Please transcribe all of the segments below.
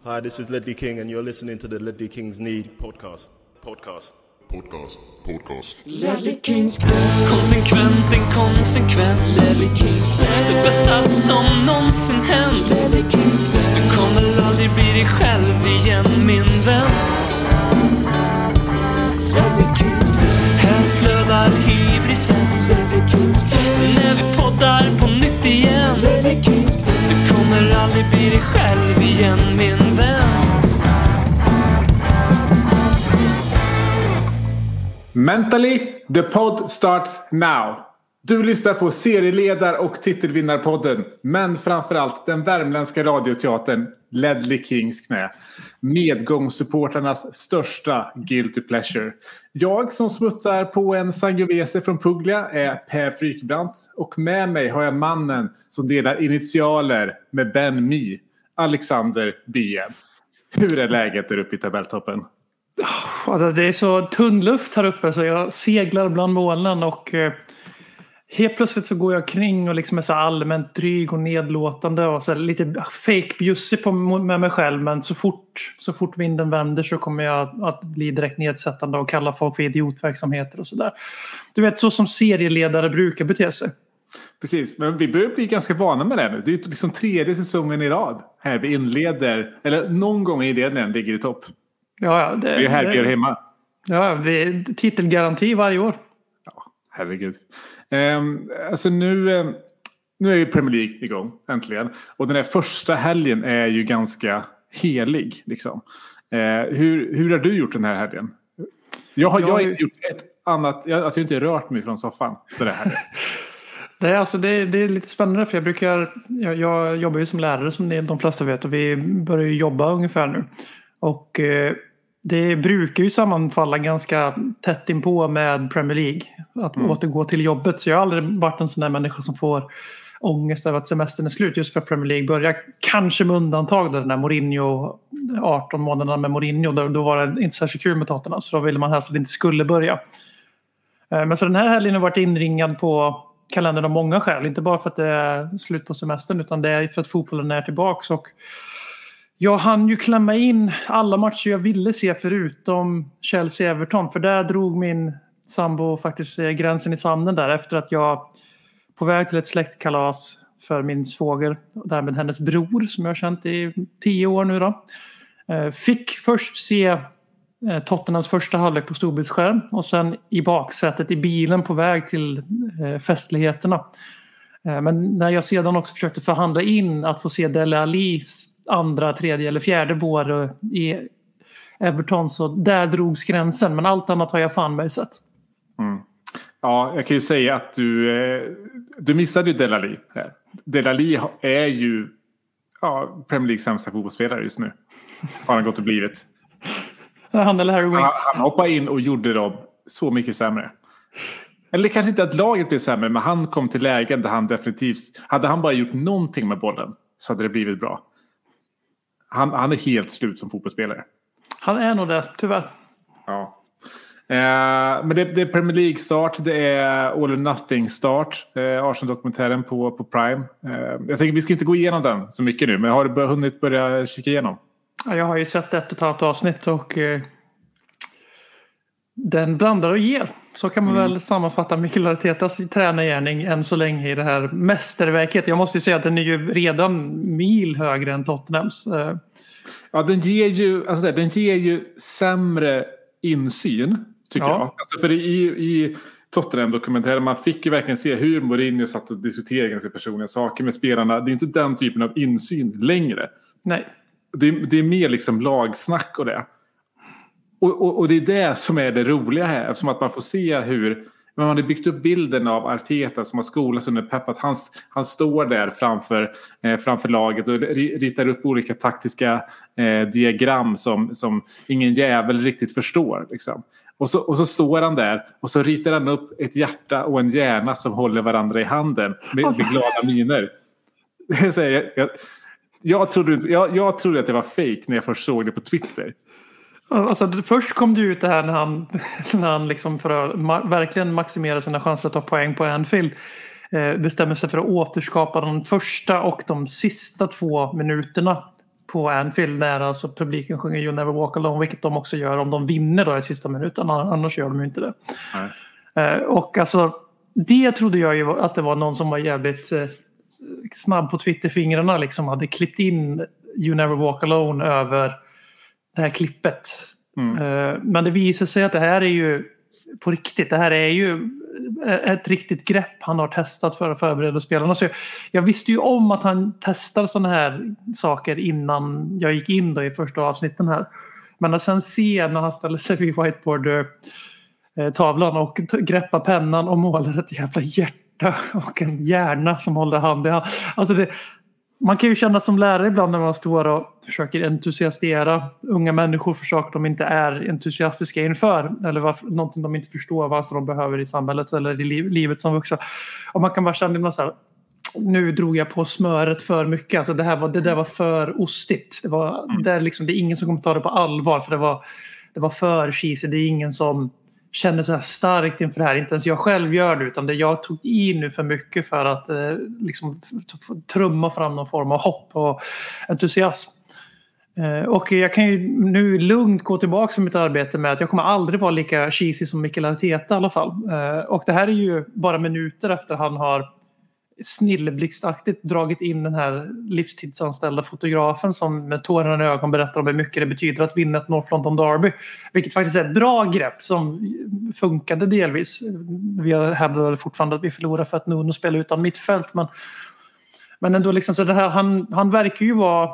Hi, this is Ledley King and you're listening to the Ledley Kings Need podcast. Ledley Kings knä. Konsekvent, inkonsekvent. Ledley Kings knä. Det bästa som någonsin hänt. Ledley Kings knä. Du kommer aldrig bli dig själv igen, min vän. Ledley Kings knä. Här flödar hybrisen. Ledley Kings knä. När vi poddar på nytt igen. Ledley Kings knä. Du kommer aldrig bli dig själv igen, min vän. Mentally, the pod starts now. Du lyssnar på serieledar- och titelvinnarpodden, men framförallt den värmländska radioteatern Ledley Kings knä. Medgångssupporternas största guilty pleasure. Jag som smuttar på en Sangiovese från Puglia är Per Frykbrant, och med mig har jag mannen som delar initialer med Ben Mi, Alexander BM. Hur är läget där uppe i tabelltoppen? Det är så tunn luft här uppe så jag seglar bland molnen och helt plötsligt så går jag kring och liksom är så allmänt dryg och nedlåtande och så lite fake bjussig med mig själv, men så fort vinden vänder så kommer jag att bli direkt nedsättande och kalla folk för idiotverksamheter och sådär. Du vet, så som serieledare brukar bete sig. Precis, men vi börjar bli ganska vana med det nu. Det är liksom 3:e säsongen i rad här vi inleder, eller någon gång i inledningen ligger i topp. Ja, det är här vi är hemma. Ja, titelgaranti varje år. Ja, herregud. Alltså nu är ju Premier League igång äntligen. Och den här första helgen är ju ganska helig liksom. Hur har du gjort den här helgen? Jag har inte gjort ett annat. Jag har inte rört mig från soffan för det här. Det är lite spännande för jag jobbar ju som lärare som de flesta vet, och vi börjar ju jobba ungefär nu. Och det brukar ju sammanfalla ganska tätt inpå med Premier League att återgå till jobbet. Så jag har aldrig varit en sån där människa som får ångest över att semestern är slut just för att Premier League börjar. Kanske med undantag där, när Mourinho, 18 månaderna med Mourinho, då var det inte särskilt kul med Tottenham, så då ville man helst att det inte skulle börja. Men så den här helgen har varit inringad på kalendern av många skäl. Inte bara för att det är slut på semestern, utan det är för att fotbollen är tillbaka. Och jag hann ju klämma in alla matcher jag ville se förutom Chelsea-Everton. För där drog min sambo faktiskt gränsen i sanden där. Efter att jag på väg till ett släktkalas för min svåger och därmed hennes bror som jag har känt i 10 år nu då. Fick först se Tottenhams första halvlek på storbildsskärm. Och sen i baksätet i bilen på väg till festligheterna. Men när jag sedan också försökte förhandla in att få se Dele Allis andra, tredje eller fjärde vår i Everton, så där drogs gränsen. Men allt annat har jag fan mig sett. Ja, jag kan ju säga att du missade ju Dele Alli här. Dele Alli är ju Premier Leagues sämsta fotbollsspelare just nu. Har han gått och blivit. Han eller Harry Winks. Han hoppade in och gjorde dem så mycket sämre. Eller kanske inte att laget blev sämre, men han kom till lägen där han definitivt... Hade han bara gjort någonting med bollen så hade det blivit bra. Han är helt slut som fotbollsspelare. Han är nog det, tyvärr. Ja. Men det är Premier League-start. Det är All or Nothing-start. Arsenal-dokumentären på Prime. Jag tänker vi ska inte gå igenom den så mycket nu. Men har du hunnit börja kika igenom? Ja, jag har ju sett 1,5 avsnitt och den blandar och ger. Så kan man väl sammanfatta Mikel Artetas tränargärning än så länge i det här mästerverket. Jag måste ju säga att den är ju redan mil högre än Tottenhams. Ja, den ger ju sämre insyn, tycker jag. Alltså för i Tottenham-dokumentären man fick ju verkligen se hur Mourinho satt och diskuterade ganska personliga saker med spelarna. Det är inte den typen av insyn längre. Nej. Det är mer liksom lagsnack och det. Och det är det som är det roliga här. Eftersom att man får se hur man har byggt upp bilden av Arteta som har skolats under Pep. Att han står där framför laget och ritar upp olika taktiska diagram som ingen jävel riktigt förstår. Liksom. Och så står han där och så ritar han upp ett hjärta och en hjärna som håller varandra i handen med glada miner. Jag trodde att det var fake när jag först såg det på Twitter. Alltså, först kom det ut det här när han liksom för att verkligen maximera sina chanser att ta poäng på Anfield bestämmer sig för att återskapa de första och de sista 2 minuterna på Anfield när alltså publiken sjunger You Never Walk Alone, vilket de också gör om de vinner då i sista minuten, annars gör de ju inte det. Och alltså det trodde jag ju att det var någon som var jävligt snabb på Twitterfingrarna liksom, hade klippt in You Never Walk Alone över det här klippet. Men det visar sig att det här är ju på riktigt, det här är ju ett riktigt grepp han har testat för att förbereda spelarna. Så jag visste ju om att han testar sådana här saker innan jag gick in då i första avsnitten här. Men att sen se när han ställer sig vid whiteboard-tavlan och greppar pennan och målar ett jävla hjärta och en hjärna som håller hand i hand. Alltså man kan ju känna som lärare ibland när man står och försöker entusiasera unga människor för saker de inte är entusiastiska inför. Eller någonting de inte förstår varför de behöver i samhället eller i livet som vuxna. Och man kan bara känna så här, nu drog jag på smöret för mycket. Alltså det där var för ostigt. Det är ingen som kommer ta det på allvar för det var för cheesy. Det är ingen som känner så här starkt inför det här. Inte ens jag själv gör det, utan det jag tog i nu för mycket för att liksom trumma fram någon form av hopp och entusiasm. Och jag kan ju nu lugnt gå tillbaka till mitt arbete med att jag kommer aldrig vara lika cheesy som Mikel Arteta i alla fall. Och det här är ju bara minuter efter han har snilleblixtaktigt dragit in den här livstidsanställda fotografen som med tårarna i ögon berättar om hur mycket det betyder att vinna ett North London Derby. Vilket faktiskt är ett bra grepp som funkade delvis. Vi hävdar fortfarande att vi förlorar för att Nuno spelar utan mittfält. Men ändå liksom så det här, han verkar ju vara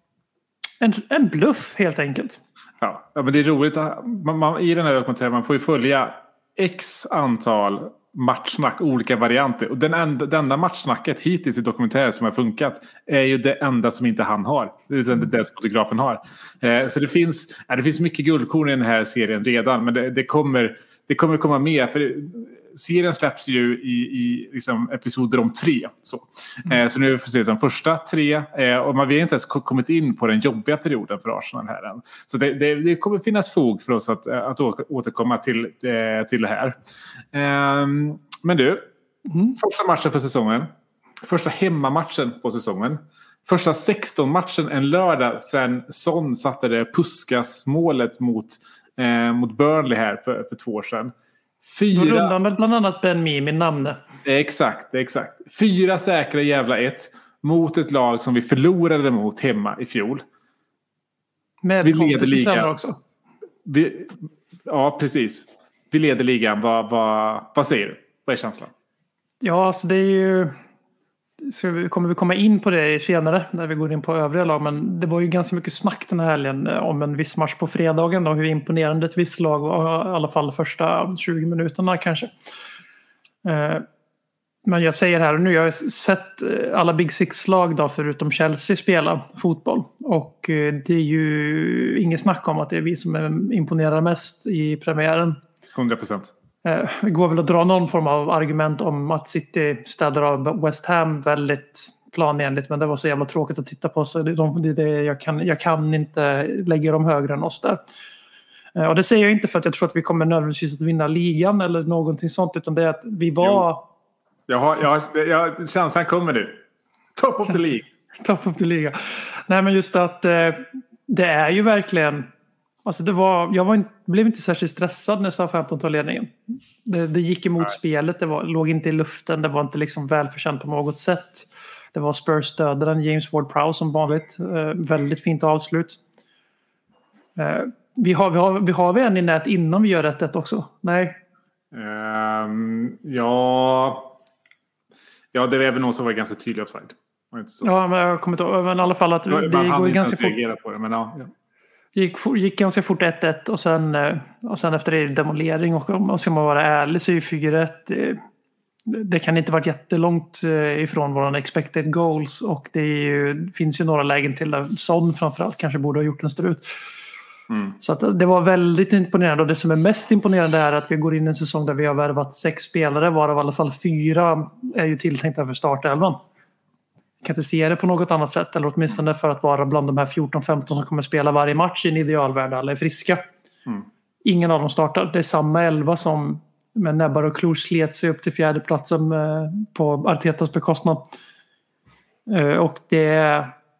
en bluff helt enkelt. Ja, men det är roligt. I den här dokumentären man får ju följa x antal matchsnack, olika varianter. Och den enda matchsnacket hittills i dokumentären som har funkat är ju det enda som inte han har. Utan det fotografen har. Så det finns mycket guldkorn i den här serien redan. Men det kommer komma med. För serien släpps ju i liksom episoder om 3. Så nu får vi se de första 3. Och man har inte ens kommit in på den jobbiga perioden för Arsenal här än. Så det kommer finnas fog för oss att återkomma till det här. Men du, första matchen för säsongen. Första hemmamatchen på säsongen. Första 16-matchen en lördag sen Son satte det Puskas-målet mot Burnley här för 2 år sedan. 4... Då rundade väl bland annat Ben Mee min namn. Exakt. 4 säkra jävla 1 mot ett lag som vi förlorade mot hemma i fjol. Med vi leder ligan också. Ja, precis. Vi leder ligan. Vad säger du? Vad är känslan? Ja, alltså det är ju... Så kommer vi komma in på det senare när vi går in på övriga lag. Men det var ju ganska mycket snack den här helgen om en viss match på fredagen. Och hur imponerande ett visst lag var, i alla fall första 20 minuterna kanske. Men jag säger här och nu, jag har sett alla Big Six-lag då, förutom Chelsea spela fotboll. Och det är ju inget snack om att det är vi som imponerar mest i premiären. 100%. Det går väl att dra någon form av argument om att City städar av West Ham väldigt planenligt, men det var så jävla tråkigt att titta på, så jag kan inte lägga dem högre än oss där. Och det säger jag inte för att jag tror att vi kommer nödvändigtvis att vinna ligan eller någonting sånt, utan det är att vi var... Chansen kommer nu. Top of the League. Top of the League. Nej, men just att det är ju verkligen... Alltså blev inte särskilt stressad när Southampton tog ledningen. Det gick emot spelet, låg inte i luften, det var inte liksom välförtjänt på något sätt. Det var Spurs-dödaren James Ward-Prowse som vanligt. Väldigt fint avslut. Vi har en i nät innan vi gör 1-1 också? Nej. Ja, det är väl någon som var ganska tydlig offside. Ja, men jag kommer inte ihåg. Men i alla fall att det går ganska fort. På det, men ja. Gick ganska fort 1-1 och sen efter det demolering, och ska man vara ärlig så är ju 4-1 det kan inte varit jättelångt ifrån våran expected goals, och finns ju några lägen till där Son framförallt kanske borde ha gjort en strut. Så att det var väldigt imponerande, och det som är mest imponerande är att vi går in i en säsong där vi har värvat 6 spelare, varav i alla fall 4 är ju tilltänkta för startelvan. Jag kan inte se det på något annat sätt, eller åtminstone för att vara bland de här 14-15 som kommer spela varje match i en idealvärld. Alla är friska. Ingen av dem startar. Det är samma 11 som med näbbar och klor slet sig upp till 4:e platsen på Artetas bekostnad. Och det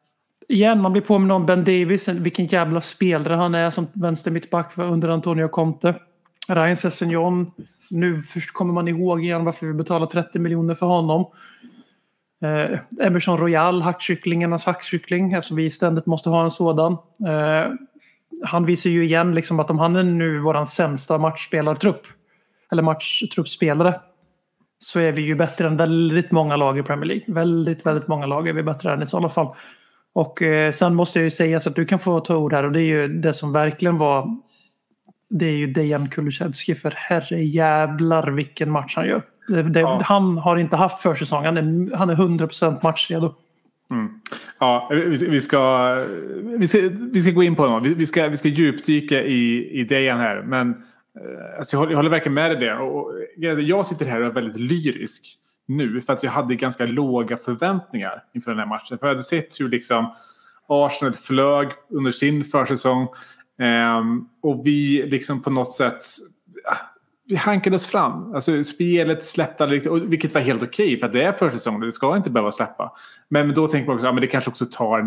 igen, man blir påminn om Ben Davis, vilken jävla spelare han är som vänster mittback under Antonio Conte. Ryan Sessegnon, nu först kommer man ihåg igen varför vi betalar 30 miljoner för honom. Emerson Royal, hackkycklingarnas hackkyckling, eftersom vi ständigt måste ha en sådan. Han visar ju igen liksom att om han är nu våran sämsta matchspelartrupp eller matchtruppspelare, så är vi ju bättre än väldigt många lag i Premier League. Väldigt, väldigt många lag är vi bättre än i sådana fall. Och sen måste jag ju säga så att du kan få ta ord här, och det är ju det som verkligen var, det är ju Dejan Kulusevski, för herre jävlar vilken match han gör. Han har inte haft försäsong, han är 100% matchredo. Ja, vi ska gå in på honom. Vi ska djupdyka i Dejan här, men alltså jag håller verkligen med dig det. Och jag sitter här och är väldigt lyrisk nu för att jag hade ganska låga förväntningar inför den här matchen. För jag hade sett hur liksom Arsenal flög under sin försäsong, och vi liksom på något sätt vi hankade oss fram. Alltså spelet släppte aldrig, vilket var helt okej för att det är försäsong, det ska inte behöva släppa. Men då tänker man också, men det kanske också tar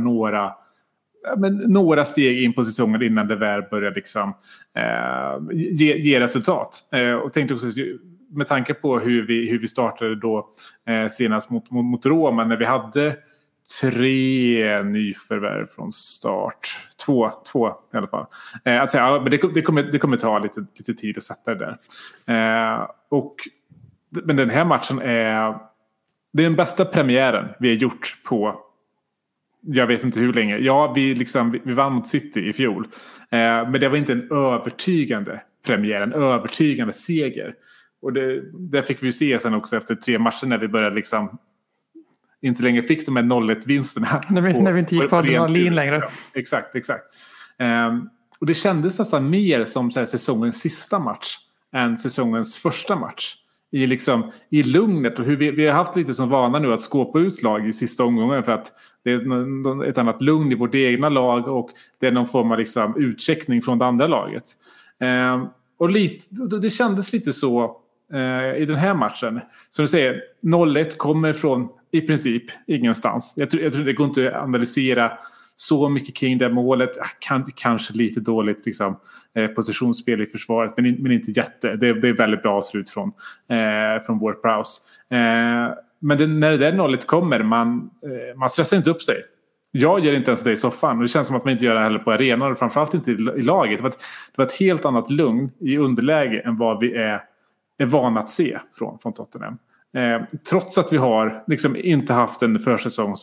några steg in på säsongen innan det väl börjar liksom, ge resultat. Och tänkte också med tanke på hur vi startade då senast mot Roma, när vi hade 3 nyförvärv från start. 2 i alla fall. Att säga, ja, men det kommer ta lite tid att sätta det där. Men den här matchen är den bästa premiären vi har gjort på jag vet inte hur länge. Ja, vi vann mot City i fjol. Men det var inte en övertygande premiär, en övertygande seger. Och det fick vi ju se sen också efter 3 matcher när vi började liksom inte längre fick de här 0-1-vinsterna. När vi inte gick på adrenalin längre. Ja, exakt. Och det kändes nästan mer som så här, säsongens sista match än säsongens första match. I lugnet, och hur vi har haft lite som vana nu att skåpa ut lag i sista omgången för att det är ett annat lugn i vårt egna lag och det är någon form av liksom utcheckning från det andra laget. Och det kändes lite så i den här matchen. Som du säger, 0-1 kommer från i princip ingenstans. Jag tror det går inte att analysera så mycket kring det målet. Kanske lite dåligt liksom, positionsspel i försvaret, men inte jätte. Det är väldigt bra slut från Ward-Prowse. Men när det där 0-1 kommer, man stressar inte upp sig. Jag gör inte ens det i soffan. Det känns som att man inte gör det heller på arenan, och framförallt inte i laget. Det var ett helt annat lugn i underläge än vad vi är vana att se från Tottenham. Trots att vi har liksom inte haft en försäsong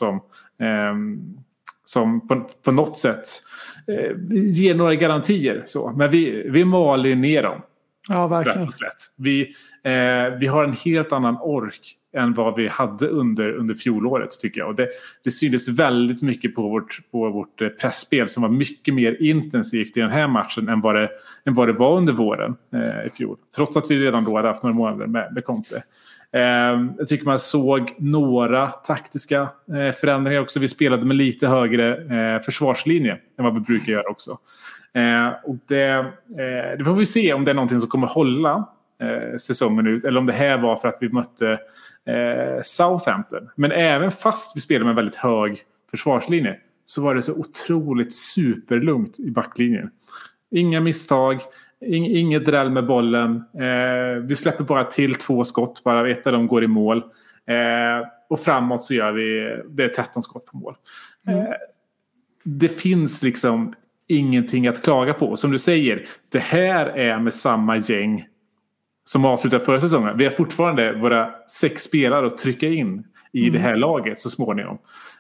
som på något sätt ger några garantier. Så. Men vi maler ner dem. Ja, verkligen. Vi har en helt annan ork än vad vi hade under fjolåret, tycker jag. Och det syntes väldigt mycket på vårt pressspel som var mycket mer intensivt i den här matchen än vad det var under våren i fjol. Trots att vi redan då hade haft några månader med Conte. Jag tycker man såg några taktiska förändringar också. Vi spelade med lite högre försvarslinje än vad vi brukar göra också. Och det får vi se om det är någonting som kommer hålla säsongen ut, eller om det här var för att vi mötte Southampton. Men även fast vi spelade med en väldigt hög försvarslinje så var det så otroligt superlugnt i backlinjen. Inga misstag, inget dräll med bollen. Vi släpper bara till 2 skott, bara ett av dem går i mål. Och framåt så gör det är 13 skott på mål. Det finns liksom ingenting att klaga på. Som du säger, det här är med samma gäng som avslutade förra säsongen. Vi har fortfarande våra 6 spelare att trycka in i det här laget så småningom.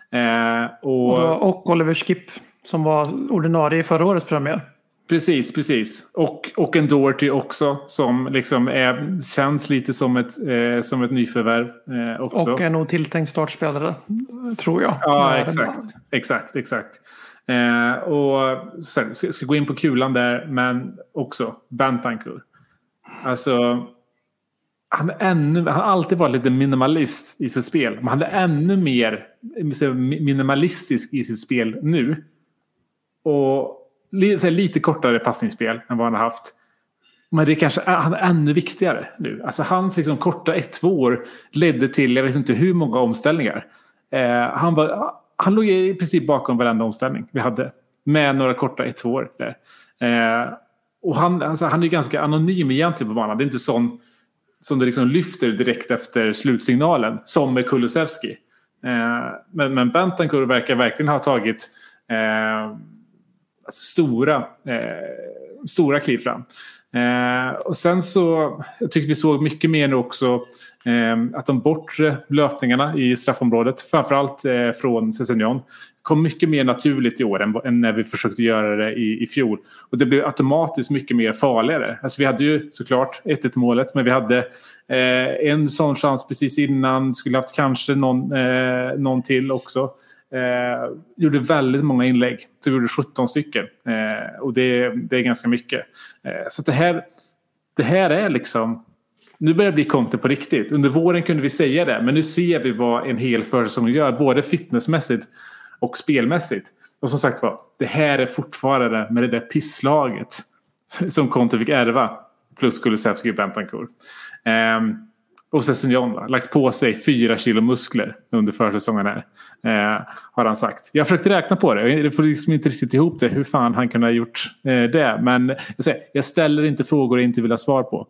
Och Oliver Skipp som var ordinarie i förra årets premiär. Precis. Och en Doherty också som liksom känns lite som ett nyförvärv också. Och en otilltänkt startspelare, tror jag. Ja, exakt. Och sen ska gå in på kulan där, men också Bentancur. Alltså han har alltid varit lite minimalist i sitt spel, men han är ännu mer minimalistisk i sitt spel nu. Och lite kortare passningsspel än vad han har haft. Men det kanske han är ännu viktigare nu. Alltså hans liksom korta 1-2 år ledde till jag vet inte hur många omställningar. han låg i princip bakom varenda omställning vi hade. Med några korta 1-2 år där. Och han är ganska anonym egentligen på banan. Det är inte sån som det liksom lyfter direkt efter slutsignalen. Som med Kulusevski. Men Bentancur verkar verkligen ha tagit stora kliv fram. Och sen så jag tycker vi såg mycket mer nu också att de bortre löpningarna i straffområdet, framförallt från Sessegnon, kom mycket mer naturligt i år än när vi försökte göra det i fjol. Och det blev automatiskt mycket mer farligare. Alltså vi hade ju såklart 1-1 målet, men vi hade en sån chans precis innan, skulle haft kanske någon till också. Gjorde väldigt många inlägg, så gjorde 17 stycken, och det är ganska mycket. Så det här är liksom, nu börjar det bli Conte på riktigt. Under våren kunde vi säga det, men nu ser vi vad en hel försäsong gör, både fitnessmässigt och spelmässigt. Och som sagt var, det här är fortfarande med det där pisslaget som Conte fick ärva, plus Kulusevski och Bentancur. Och Sessegnon lagt på sig 4 kilo muskler under försäsongen här, har han sagt. Jag försökte räkna på det. Jag får liksom inte riktigt ihop det. Hur fan han kunde ha gjort det. Men jag ställer inte frågor jag inte vill ha svar på.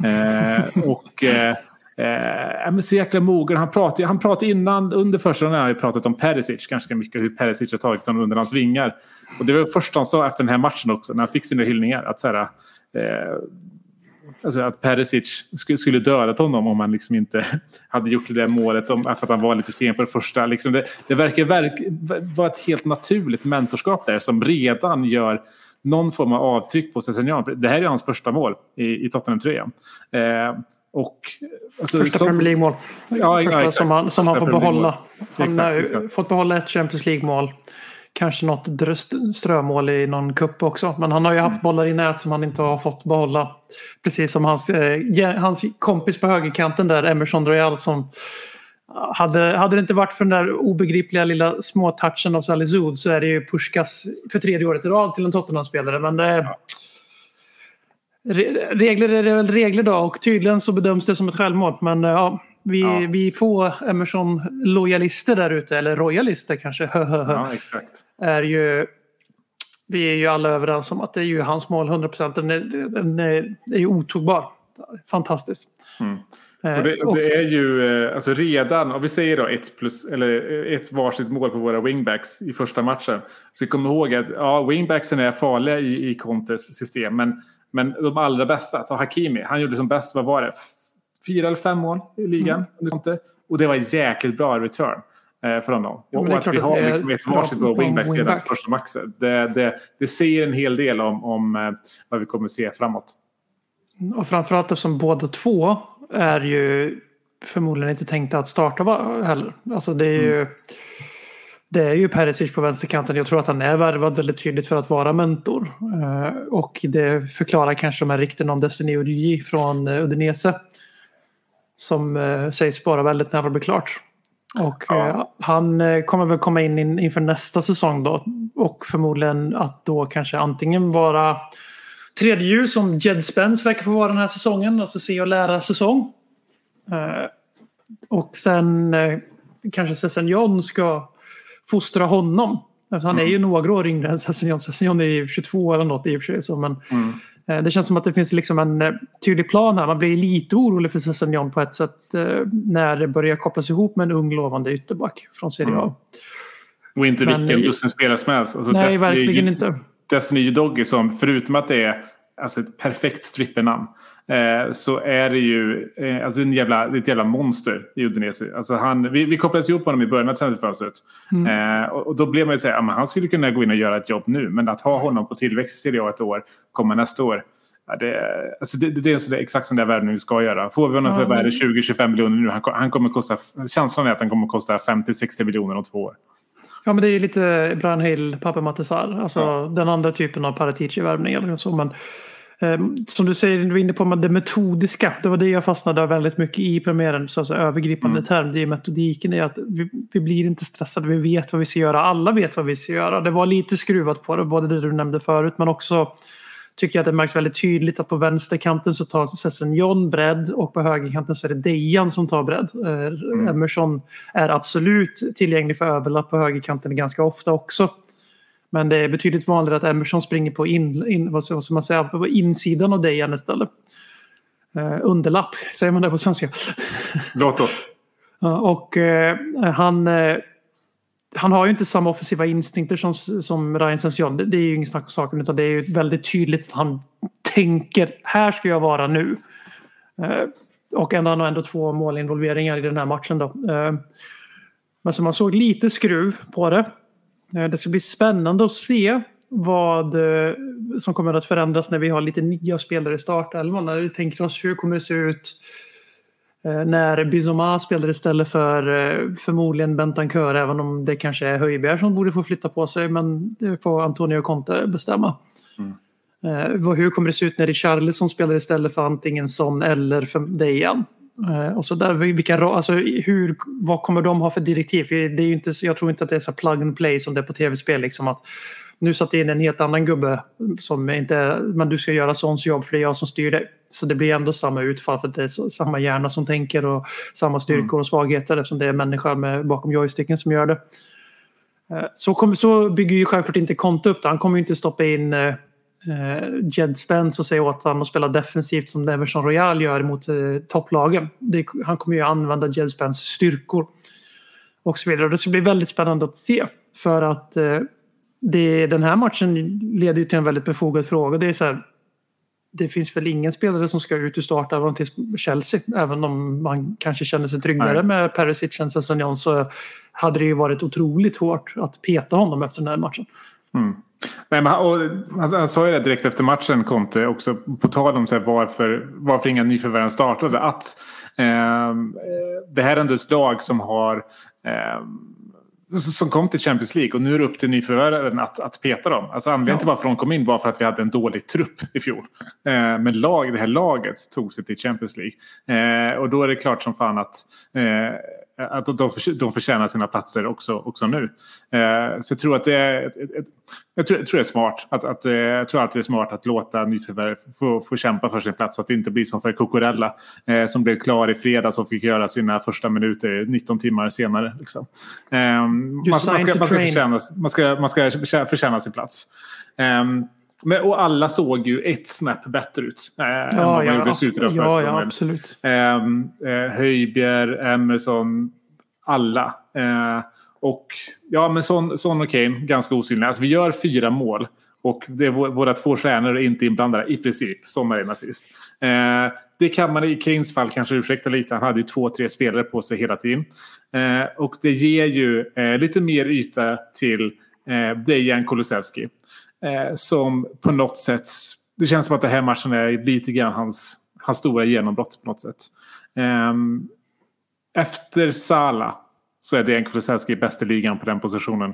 Men så jäkla mogen. Han pratade innan, under försäsongen har jag pratat om Perisic ganska mycket. Hur Perisic har tagit honom under hans vingar. Och det var det första han sa efter den här matchen också. När han fick sina hyllningar. Att så här, alltså att Perisic skulle dödat honom om han liksom inte hade gjort det där målet för att han var lite sen på det första. Liksom det verkar vara ett helt naturligt mentorskap där som redan gör någon form av avtryck på Sessegnon. Det här är hans första mål i Tottenham-tröjan. Första Premier League-mål. Som han får behålla. Han har fått behålla ett Champions League-mål. Kanske något strömål i någon kupp också. Men han har ju haft bollar i nät som han inte har fått behålla. Precis som hans kompis på högerkanten där, Emerson Royal, som hade det inte varit för den där obegripliga lilla små touchen av Salih Zoud, så är det ju Puskas för 3:e året i rad till en Tottenham-spelare. Men regler är det väl regler då, och tydligen så bedöms det som ett självmål. Men vi får Emerson-lojalister där ute, eller royalister kanske. Ja, exakt. Vi är ju alla överens om att det är ju hans mål 100%. Den är ju otogbar. Fantastiskt. Och det är ju alltså redan, om vi säger då ett varsitt mål på våra wingbacks i första matchen, så kom ihåg att wingbacksen är farliga i Contes system, men de allra bästa, ta Hakimi, han gjorde som bäst, vad var det, 4 eller 5 mål i ligan under Conte, och det var jäkligt bra return för honom. Och att vi har liksom ett varsitt på wingbacks redan till första matchen, det säger en hel del om vad vi kommer se framåt. Och framförallt eftersom båda två är ju förmodligen inte tänkta att starta heller. Alltså det är ju Perisic på vänsterkanten. Jag tror att han är värvad väldigt tydligt för att vara mentor. Och det förklarar kanske de här rykten om Destiny Udogie från Udinese. Som sägs bara väldigt nära att bli klart. Och han kommer väl komma in inför nästa säsong då. Och förmodligen att då kanske antingen vara tredje ljus som Jed Spence verkar få vara den här säsongen. Alltså se och lära säsong. Och sen kanske Sessegnon ska fostra honom. Han är ju några år yngre än Sessegnon. Sessegnon är ju 22 eller något i och för sig. Så, men det känns som att det finns liksom en tydlig plan här. Man blir lite orolig för Sessegnon på ett sätt när det börjar kopplas ihop med en ung lovande ytterback från Serie A. Och inte vilken dussin spelare som helst. Alltså, nej, verkligen inte. Destiny Udogie, som förutom att det är alltså ett perfekt strippernamn, så är det ju alltså ett jävla monster i Udinese. Alltså vi kopplades ihop honom i början av transferfönstret. Och då blev man ju säga att han skulle kunna gå in och göra ett jobb nu, men att ha honom på tillväxt i Serie A ett år, komma nästa år, det är exakt sån där värden vi ska göra. Får vi honom för värde 20-25 miljoner nu, han kommer kosta, känslan är att han kommer kosta 50-60 miljoner om 2 år. Ja, men det är lite Brian Hill, Pape Matar, alltså den andra typen av Paratici-värvningar och så. Men som du säger, du är inne på med det metodiska. Det var det jag fastnade väldigt mycket i premiären. Så alltså, övergripande term, det är metodiken är att vi blir inte stressade. Vi vet vad vi ska göra. Alla vet vad vi ska göra. Det var lite skruvat på det, både det du nämnde förut, men också tycker jag att det märks väldigt tydligt att på vänsterkanten så tar Sessignon bredd och på högerkanten så är det Dejan som tar bredd. Emerson är absolut tillgänglig för överlapp på högerkanten ganska ofta också. Men det är betydligt vanligare att Emerson springer på vad ska man säga, på insidan av Dejan istället. Underlapp, säger man det på svenska. Låt oss. Och han har ju inte samma offensiva instinkter som Ryan Sessignon. Det är ju ingen snack om saken, utan det är ju väldigt tydligt att han tänker, här ska jag vara nu. Och han har ändå 2 målinvolveringar i den här matchen då. Men så man såg lite skruv på det. Det ska bli spännande att se vad som kommer att förändras när vi har lite nya spelare i startelvan. När vi tänker oss hur kommer det se ut när Bizoma spelar istället för förmodligen Bentancur, även om det kanske är Höjbjerg som borde få flytta på sig, men det får Antonio Conte bestämma. Hur kommer det se ut när Richarlison spelar istället för antingen Son eller för Dejan? Och så där, vad kommer de ha för direktiv? Det är ju inte, jag tror inte att det är så plug and play som det är på tv-spel, liksom att nu satt in en helt annan gubbe som inte, men du ska göra sånt jobb för det är jag som styr dig. Så det blir ändå samma utfall för att det är samma hjärna som tänker och samma styrkor och svagheter, eftersom det är människor bakom joysticken som gör det. Så bygger ju självklart inte Conte upp det. Han kommer ju inte stoppa in Jed Spence och säga åt han att spela defensivt som Everton Royal gör mot topplagen. Han kommer ju använda Jed Spence styrkor och så vidare. Och det ska bli väldigt spännande att se, för att den här matchen leder ju till en väldigt befogad fråga. Det är så här, det finns väl ingen spelare som ska ut ur startelvan till Chelsea, även om man kanske känner sig tryggare med Perisic än Sessignon, så hade det ju varit otroligt hårt att peta honom efter den här matchen. Nej, men, han sa ju det direkt efter matchen, Conte, också på tal om så här, varför inga nyförvärv startade, att det här är ändå ett lag som har som kom till Champions League, och nu är det upp till nyförvärven att peta dem. Alltså anledningen till varför de kom in var för att vi hade en dålig trupp i fjol. Men det här laget tog sig till Champions League. Och då är det klart som fan att de förtjänar sina platser också nu. Så jag tror att det är jag tror det är smart jag tror att det är smart att låta nyförvärv få kämpa för sin plats, så att det inte blir som för Cucurella som blev klar i fredags och fick göra sina första minuter 19 timmar senare liksom. Man ska förtjäna sin plats. Och alla såg ju ett snäpp bättre ut än vad man gjorde i slutet av första säsongen. Absolut. Höjbjerg, Emerson, alla. Och ja, men Son och Kane ganska osynliga. Alltså, vi gör 4 mål och det är våra 2 stjärnor är inte inblandade i princip, som är nazist. Det kan man i Kanes fall kanske ursäkta lite. Han hade ju 2-3 spelare på sig hela tiden. Och det ger ju lite mer yta till Dejan Kulusevski. Som på något sätt, det känns som att det här matchen är lite grann hans stora genombrott på något sätt. Efter Salah så är Dejan Kulusevski bäst i ligan på den positionen.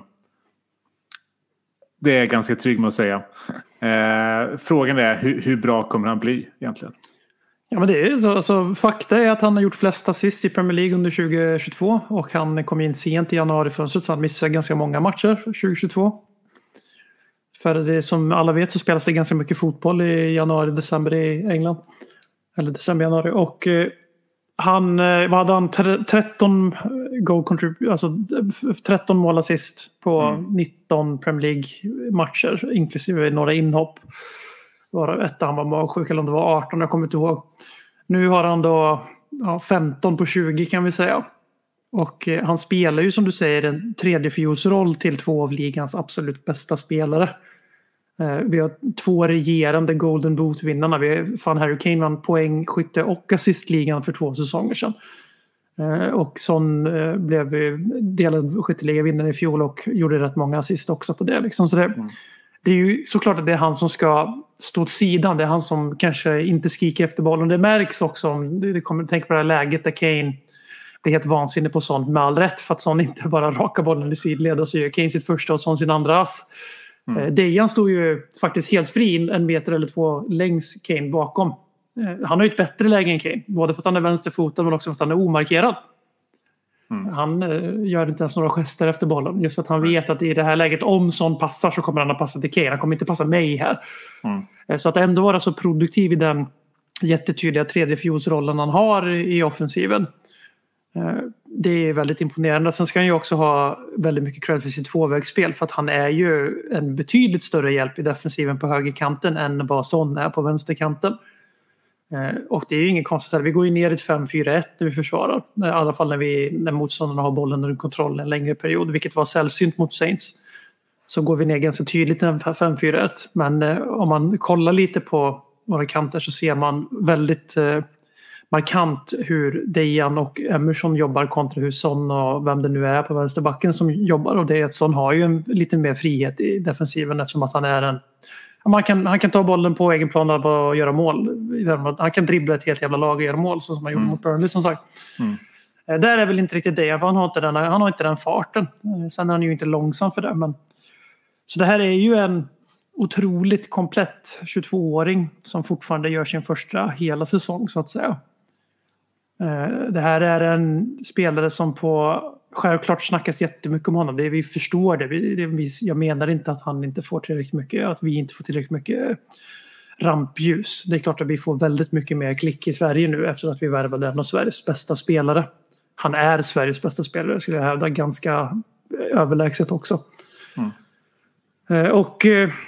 Det är ganska trygg med att säga. Frågan är hur bra kommer han bli egentligen? Ja, men det är så, alltså, fakta är att han har gjort flest assist i Premier League under 2022 och han kom in sent i januarifönstret, så han missar ganska många matcher 2022. För det, som alla vet, så spelas det ganska mycket fotboll i januari-december i England. Eller december-januari. Och vad hade han? 13 alltså 13 mål assist på 19 Premier League-matcher. Inklusive några inhopp. Han var magsjuk, eller om det var 18, jag kommer inte ihåg. Nu har han då 15 på 20 kan vi säga. Och han spelar ju, som du säger, en tredje fiolsroll till 2 av ligans absolut bästa spelare. Vi har 2 regerande Golden Boot-vinnarna. Harry Kane vann poäng, skytte och assistligan för 2 säsonger sedan. Och Son blev delad skytteliga-vinnare i fjol och gjorde rätt många assist också på det. Liksom. Så det är ju såklart att det är han som ska stå åt sidan. Det är han som kanske inte skriker efter bollen. Det märks också om du tänker på det här läget där Kane blir helt vansinnig på sånt med all rätt, för att Son inte bara rakar bollen i sidled och så gör Kane sitt första och Son sin andra ass. Dejan stod ju faktiskt helt fri 1 meter eller 2 längs Kane bakom. Han har ju ett bättre läge än Kane, både för att han är vänsterfotad men också för att han är omarkerad. Han gör inte ens några gester efter bollen. Just för att han vet att i det här läget, om Son passar så kommer han att passa till Kane. Han kommer inte passa mig här. Så att ändå vara så produktiv i den jättetydliga tredje fiolsrollen han har i offensiven. Det är väldigt imponerande. Sen ska han ju också ha väldigt mycket cred för sitt tvåvägsspel, för att han är ju en betydligt större hjälp i defensiven på högerkanten än vad Son är på vänsterkanten. Och det är ju ingen konstigt. Vi går ju ner i ett 5-4-1 när vi försvarar. I alla fall när motståndarna har bollen under kontroll en längre period, vilket var sällsynt mot Saints. Så går vi ner ganska tydligt i en 5-4-1. Men om man kollar lite på våra kanter så ser man väldigt markant hur Dejan och Emerson jobbar kontra hur Son och vem det nu är på vänsterbacken som jobbar. Och det är att Son har ju en lite mer frihet i defensiven, eftersom att han är en... Han kan ta bollen på egen plan och göra mål. Han kan dribbla ett helt jävla lag och göra mål, så som han gjorde mot Burnley, som sagt. Där är väl inte riktigt det, för han har inte den farten. Sen är han ju inte långsam för det. Men... Så det här är ju en otroligt komplett 22-åring som fortfarande gör sin första hela säsong, så att säga. Det här är en spelare som självklart snackas jättemycket om honom. Vi förstår det. Jag menar inte att han inte får tillräckligt mycket, att vi inte får tillräckligt mycket rampljus. Det är klart att vi får väldigt mycket mer klick i Sverige nu efter att vi värvade en av Sveriges bästa spelare. Han är Sveriges bästa spelare, skulle jag hävda, ganska överlägset också. Och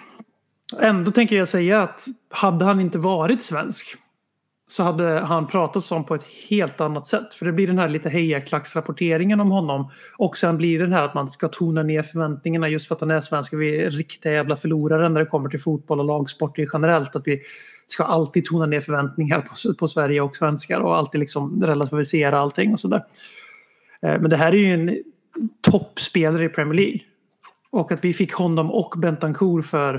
ändå tänker jag säga att hade han inte varit svensk så hade han pratat om på ett helt annat sätt. För det blir den här lite hejaklacksrapporteringen om honom. Och sen blir det här att man ska tona ner förväntningarna just för att han är svensk. Vi är riktiga jävla förlorare när det kommer till fotboll och lagsport generellt. Att vi ska alltid tona ner förväntningar på Sverige och svenskar. Och alltid liksom relativisera allting och sådär. Men det här är ju en toppspelare i Premier League. Och att vi fick honom och Bentancur för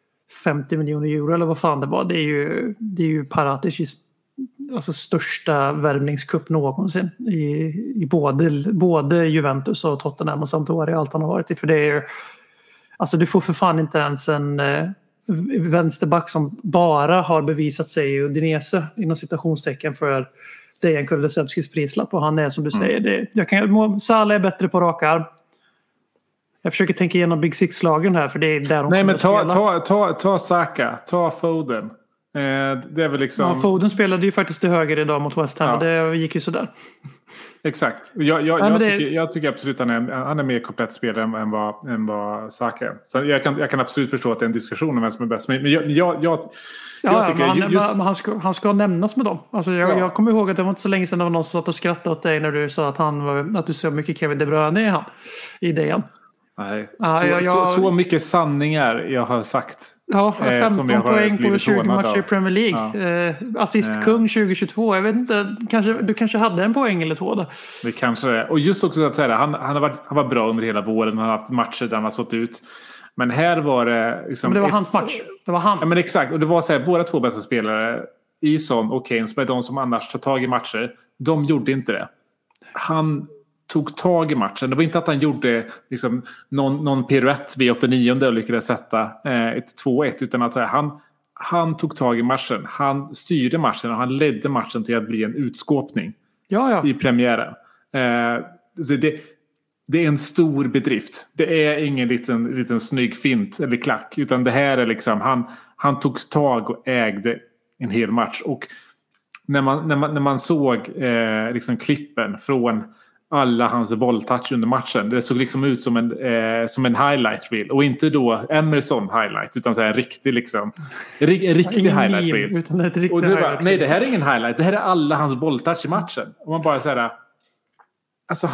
50 miljoner euro eller vad fan det var. Det är ju Paraticis största värvningskupp någonsin i både Juventus och Tottenham och Sampdoria, allt han har varit i. För det är du får för fan inte ens en vänsterback som bara har bevisat sig i Udinese inom citationstecken för Dejan Kulusevskis prislapp, och han är som du säger, Salah är bättre på raka arm. Jag försöker tänka igenom Big Six-lagen här, för det är där de kommer att spela. Ta Saka, ta Foden. Det är väl liksom... Ja, Foden spelade ju faktiskt till höger idag mot West Ham, och det gick ju sådär. Exakt. Jag tycker absolut att han är mer komplett spelare än vad Saka är. Så jag kan absolut förstå att det är en diskussion om vem som är bäst. Men jag tycker han ska nämnas med dem. Jag kommer ihåg att det var inte så länge sedan det var någon som satt och skrattade åt dig när du sa att du så mycket Kevin De Bruyne i han i det igen. Nej, så mycket sanningar jag har sagt. Ja, 15 poäng på 20 matcher i Premier League. Assistkung 2022. Jag vet inte, du kanske hade en poäng eller två då. Det kanske är. Och just också att säga, han var bra under hela våren. Han har haft matcher där han har stått ut. Men här var det... Liksom, men det var hans match. Det var han. Ja, men exakt. Och det var så här, våra två bästa spelare, Son och Kane, som är de som annars tar tag i matcher. De gjorde inte det. Han tog tag i matchen. Det var inte att han gjorde liksom, någon piruett vid 89 och lyckades sätta ett 2-1, utan att han tog tag i matchen. Han styrde matchen och han ledde matchen till att bli en utskåpning i premiären. Så det är en stor bedrift. Det är ingen liten snygg fint eller klack, utan det här är liksom han tog tag och ägde en hel match. Och när man såg liksom klippen från alla hans bolltouch under matchen. Det såg liksom ut som en highlight reel. Och inte då Emerson highlight, utan så här riktig highlight reel. Utan ett riktigt highlight. Nej, det här är ingen highlight. Det här är alla hans bolltouch i matchen. Och man bara säger, alltså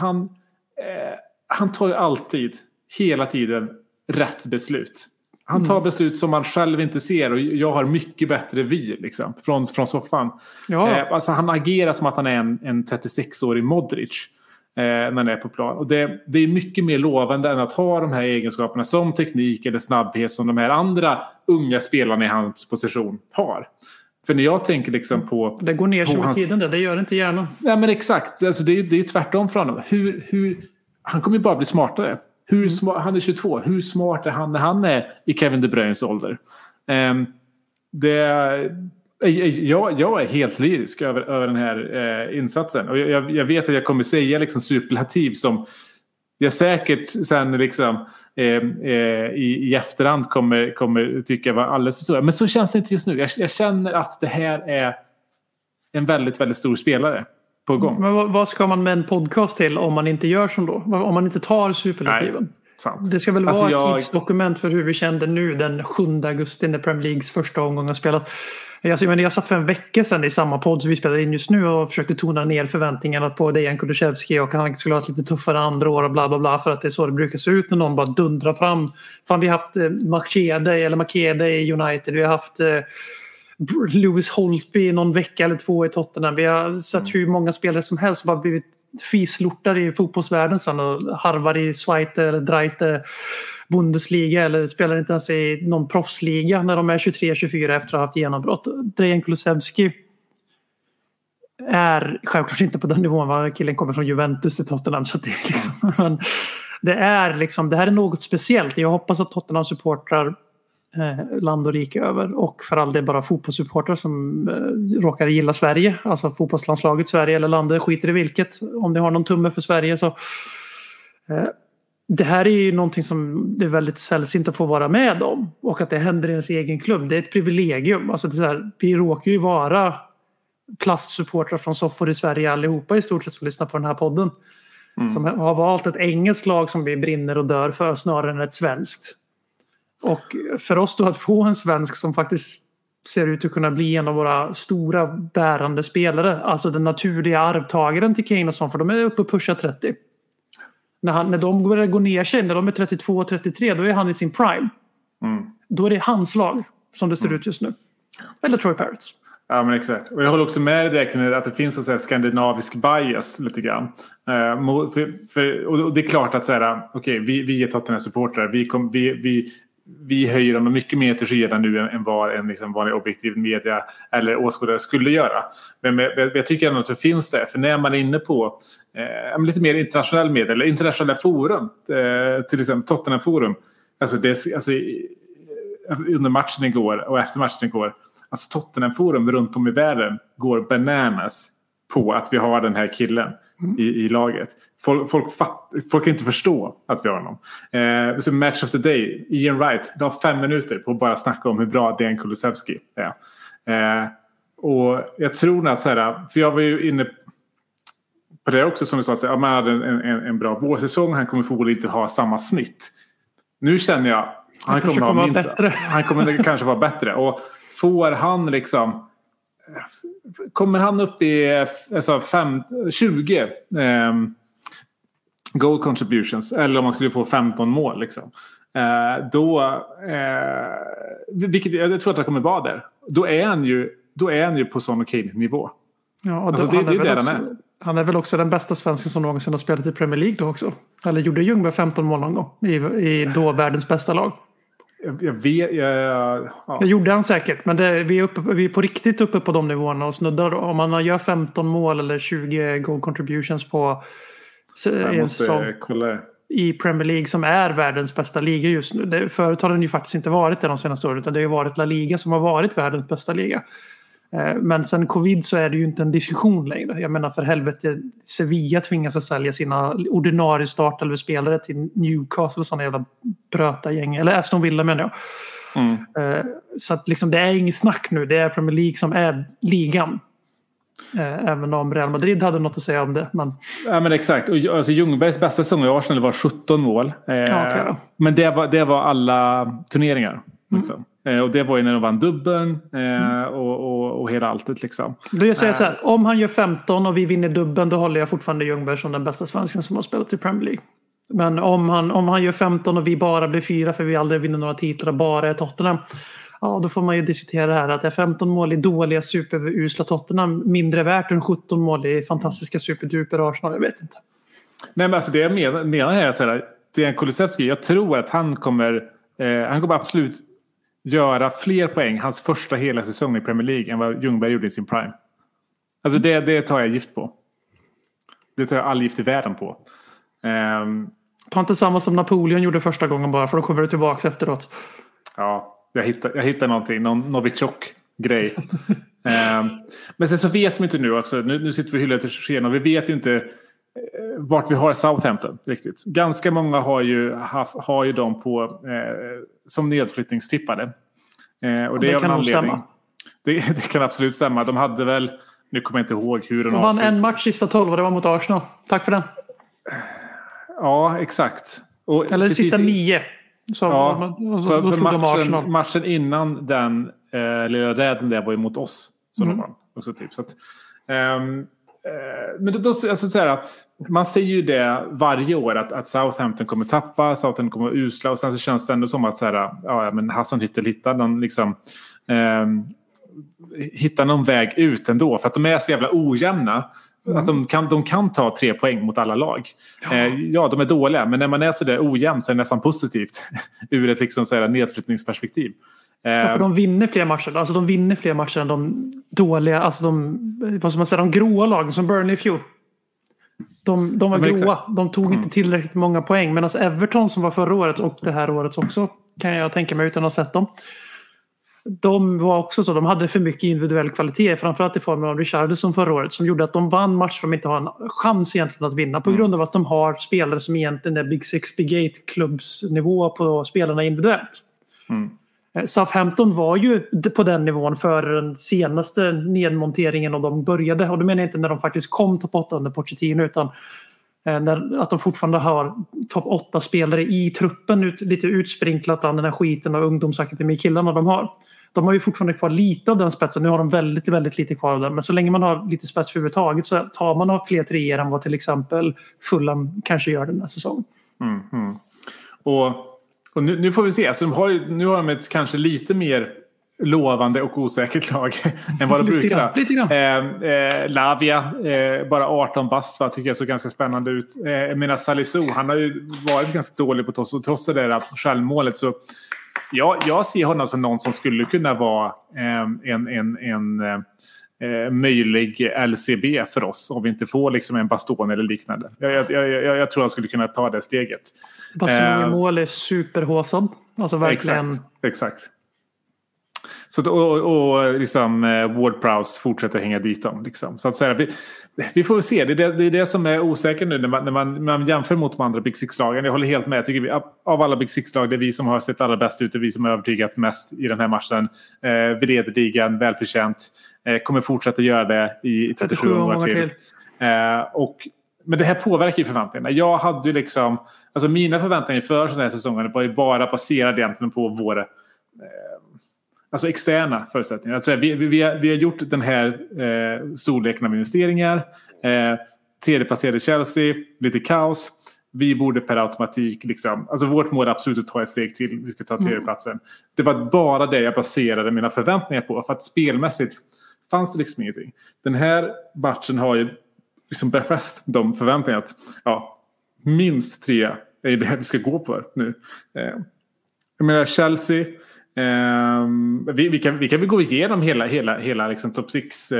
han tar ju alltid, hela tiden, rätt beslut. Han tar beslut som man själv inte ser, och jag har mycket bättre vy liksom, från soffan. Ja. Alltså han agerar som att han är en 36-årig Modric. När han är på plan. Och det är mycket mer lovande än att ha de här egenskaperna som teknik eller snabbhet som de här andra unga spelarna i hans position har. För när jag tänker liksom på... Det går ner sig med tiden det gör inte hjärnan. Ja, men exakt. Alltså det är tvärtom för honom. Han kommer ju bara bli smartare. Han är 22. Hur smart är han när han är i Kevin De Bruynes ålder? Jag är helt lyrisk över den här insatsen. Och jag vet att jag kommer säga liksom superlativ som jag säkert sen liksom i efterhand kommer tycka var alldeles för stora. Men så känns det inte just nu. Jag känner att det här är en väldigt, väldigt stor spelare på gång. Men vad ska man med en podcast till om man inte gör som då? Om man inte tar superlativen? Nej, sant. Det ska väl Alltså vara ett tidsdokument för hur vi kände nu den 7 augusti när Premier Leagues första omgång har spelat. Jag satt för en vecka sedan i samma podd som vi spelar in just nu och försökte tona ner förväntningarna på Dejan Kulusevski och han skulle ha ett lite tuffare andra år och bla bla bla för att det är så det brukar se ut när någon bara dundrar fram. Fan, vi har haft Makeda i United, vi har haft Lewis Holtby i någon vecka eller 2 i Tottenham. Vi har sett hur många spelare som helst som har blivit fislortar i fotbollsvärlden sen och harvar i Zweite eller Dreiste Bundesliga eller spelar inte ens i någon proffsliga när de är 23-24 efter att ha haft genombrott. Dejan Kulusevski är självklart inte på den nivån. Vad killen kommer från Juventus till Tottenham så det är liksom, men det här är något speciellt. Jag hoppas att Tottenham supportrar land och rike över och för all det bara fotbollssupportrar som råkar gilla Sverige, alltså fotbollslandslaget Sverige eller landet, skiter i vilket, om det har någon tumme för Sverige så det här är ju någonting som det är väldigt sällsynt att få vara med om och att det händer i ens egen klubb, det är ett privilegium, alltså det är så här, vi råkar ju vara plastsupportrar från soffor i Sverige allihopa i stort sett som lyssnar på den här podden som har valt ett engelskt lag som vi brinner och dör för snarare än ett svenskt. Och för oss då att få en svensk som faktiskt ser ut att kunna bli en av våra stora bärande spelare. Alltså den naturliga arvtagaren till Kane och sånt. För de är uppe och pushar 30. När de börjar gå ner sig, när de är 32 och 33, då är han i sin prime. Då är det hans lag som det ser ut just nu. Eller Troy Parrots. Ja, men exakt. Och jag håller också med dig att det finns en sån här skandinavisk bias lite grann. Och det är klart att så här, okej, vi är Tottenham-supportrar. Vi höjer dem mycket mer till skyarna nu än vad en liksom vanlig objektiv media eller åskådare skulle göra. Men jag tycker ändå att det finns det. För när man är inne på lite mer internationell media eller internationella forum, till exempel Tottenham-forum. Alltså under matchen igår och efter matchen igår. Alltså Tottenham-forum runt om i världen går bananas på att vi har den här killen i laget. Folk kan inte förstå att vi har honom. Så match of the day, Ian Wright, det har 5 minuter på att bara snacka om hur bra Dejan Kulusevski är. Och jag tror att så här, för jag var ju inne på det också som du sa, att man hade en bra vårsäsong, han kommer förmodligen inte ha samma snitt. Nu känner jag han kommer kanske vara bättre och får han liksom kommer han upp i 20 goal contributions eller om man skulle få 15 mål liksom, vilket jag tror att han kommer vara där, då är han ju på Son och Kane nivå. Ja, och alltså, det är där han är. Han är väl också den bästa svensken som någonsin har spelat i Premier League då också. Eller gjorde Ljungberg 15 mål någon gång i då världens bästa lag. Jag gjorde han säkert, men vi är på riktigt uppe på de nivåerna och snuddar. Om man gör 15 mål eller 20 goal contributions på en säsong i Premier League som är världens bästa liga just nu. Förut har den ju faktiskt inte varit det de senaste åren, utan det har ju varit La Liga som har varit världens bästa liga. Men sen covid så är det ju inte en diskussion längre. Jag menar för helvete, Sevilla tvingas att sälja sina ordinarie startelvespelare till Newcastle och sådana jävla bröta gäng. Eller Aston Villa menar jag. Så att liksom, det är inget snack nu. Det är Premier League som är ligan. Även om Real Madrid hade något att säga om det. Men... Ja, men exakt. Och, alltså, Ljungbergs bästa säsong i Arsenal var 17 mål. Okay, men det var alla turneringar. Liksom. Och det var ju när de vann dubbeln och hela alltet liksom. Då jag säger så här, om han gör 15 och vi vinner dubbeln, då håller jag fortfarande Ljungberg som den bästa svensken som har spelat i Premier League. Men om han gör 15 och vi bara blir 4 för vi aldrig vinner några titlar och bara är Tottenham, ja, då får man ju diskutera det här att det är 15 mål i dåliga superusla Tottenham mindre värt än 17 mål i fantastiska superduper Arsenal, jag vet inte. Nej, men alltså det jag menar här är så här, Dejan Kulusevski, jag tror att han kommer absolut göra fler poäng hans första hela säsong i Premier League än vad Ljungberg gjorde i sin prime. Alltså det tar jag gift på. Det tar jag all gift i världen på. Ta inte samma som Napoleon gjorde första gången bara, för då kommer du tillbaka efteråt. Ja, jag hittar någonting, någon Novichok-grej. Men sen så vet vi inte nu också. Nu sitter vi och hyllar till Jorgen och vi vet ju inte vart vi har Southampton riktigt. Ganska många har ju dem på som nedflyttningstippade. Och det kan nog stämma. Det kan absolut stämma. De hade väl, nu kommer jag inte ihåg hur de vann en match sista 12 och det var mot Arsenal. Tack för den. Ja, exakt. Och eller sista 9. Så för matchen innan den lilla räden där var ju mot oss. Så de vann också typ. Så att, men då alltså, så här, man säger ju det varje år att Southampton kommer tappa, Southampton kommer att usla och sen så känns det ändå som att så här, ja, men Hasenhüttl hittar någon liksom hittar någon väg ut ändå för att de är så jävla ojämna att de kan ta 3 poäng mot alla lag. Ja, de är dåliga, men när man är så där ojämn så är det nästan positivt ur ett liksom så här nedflyttningsperspektiv. Ja, för de vinner fler matcher. Alltså de vinner fler matcher än de dåliga, alltså vad ska man säga, de gråa lagen som Burnley i fjol. De var gråa. Exakt. De tog inte tillräckligt många poäng. Men alltså Everton som var förra året och det här året också, kan jag tänka mig utan att ha sett dem. De var också så, de hade för mycket individuell kvalitet, framförallt i form av Richarlison förra året, som gjorde att de vann matcher de inte har en chans egentligen att vinna på grund av att de har spelare som egentligen är Big Six, Big Eight klubbsnivå på spelarna individuellt. Southampton var ju på den nivån för den senaste nedmonteringen och de började, och då menar jag inte när de faktiskt kom topp 8 under Pochettino utan att de fortfarande har topp 8 spelare i truppen lite utsprinkklat bland den här skiten och ungdomsakademikillarna de har. De har ju fortfarande kvar lite av den spetsen. Nu har de väldigt, väldigt lite kvar av den. Men så länge man har lite spets för överhuvudtaget så tar man av fler 3 än vad till exempel Fulham kanske gör den här säsongen. Och nu får vi se. Alltså nu har de ett kanske lite mer lovande och osäkert lag än vad de brukar. Lite grann. Lavia, bara 18 bast, tycker jag så ganska spännande ut. Jag menar Salisu, han har ju varit ganska dålig på toss och trots det där självmålet så jag ser honom som någon som skulle kunna vara en möjlig LCB för oss om vi inte får liksom en baston eller liknande. Jag tror han skulle kunna ta det steget. Baston i mål är superhåsad. Alltså verkligen. Exakt. Så och liksom Ward-Prowse fortsätter hänga dit dem liksom. Så att säga, vi får se. Det är det som är osäkert nu när man jämför mot de andra Big Six-lagen. Jag håller helt med. Jag tycker av alla Big Six-lag det är vi som har sett allra bäst ut. Det är vi som har övertygat mest i den här matchen. Vi leder ligan välförtjänt. Kommer fortsätta göra det i 37 år till. Men det här påverkar ju förväntningarna. Jag hade ju liksom, alltså mina förväntningar för den här säsongen var ju bara baserade egentligen på våra alltså externa förutsättningar. Alltså vi har gjort den här storleken av investeringar. Tredjeplacerade Chelsea, lite kaos. Vi borde per automatik liksom, alltså vårt mål är absolut att ta ett steg till. Vi ska ta tredjeplatsen. Det var bara det jag baserade mina förväntningar på. För att spelmässigt fanns det liksom ingenting. Den här matchen har ju liksom befäst de förväntningarna att minst 3 är det vi ska gå på nu. Jag menar Chelsea, vi kan väl gå igenom hela liksom top 6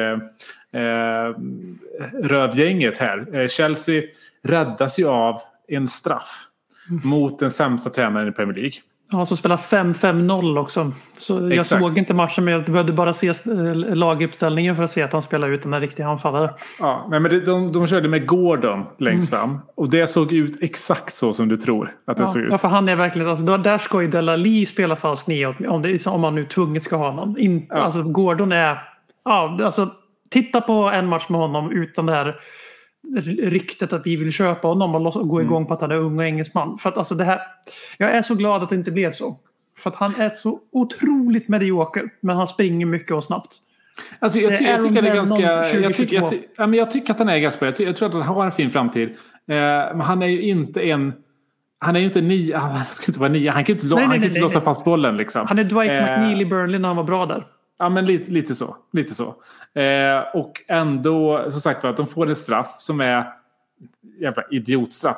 rövgänget här. Chelsea räddas ju av en straff mot den sämsta tränaren i Premier League. Ja, så spelar 5-5-0 också. Så jag såg inte matchen, men jag behövde bara se laguppställningen för att se att han spelar ut den här riktiga anfallare. Ja, men de körde med Gordon längst fram. Och det såg ut exakt så som du tror att det såg ut. Ja, för han är verkligen, alltså, där ska ju Delali spela falsk 9 om man nu tvunget ska ha någon. Alltså Gordon är, alltså titta på en match med honom utan det här ryktet att vi vill köpa honom och gå igång på att han är ung och engelsman. För att alltså det här, jag är så glad att det inte blev så. För att han är så otroligt medioker, men han springer mycket och snabbt. Alltså jag tycker det är ganska jag tycker att han är ganska bra. Jag tror att han har en fin framtid. Men han är ju inte inte 9, han ska inte vara 9. Han kan inte låsa fast bollen liksom. Han är Dwight McNeil i Burnley när han var bra där. Ja, men lite så. Och ändå, som sagt, att de får en straff som är jävla idiotstraff.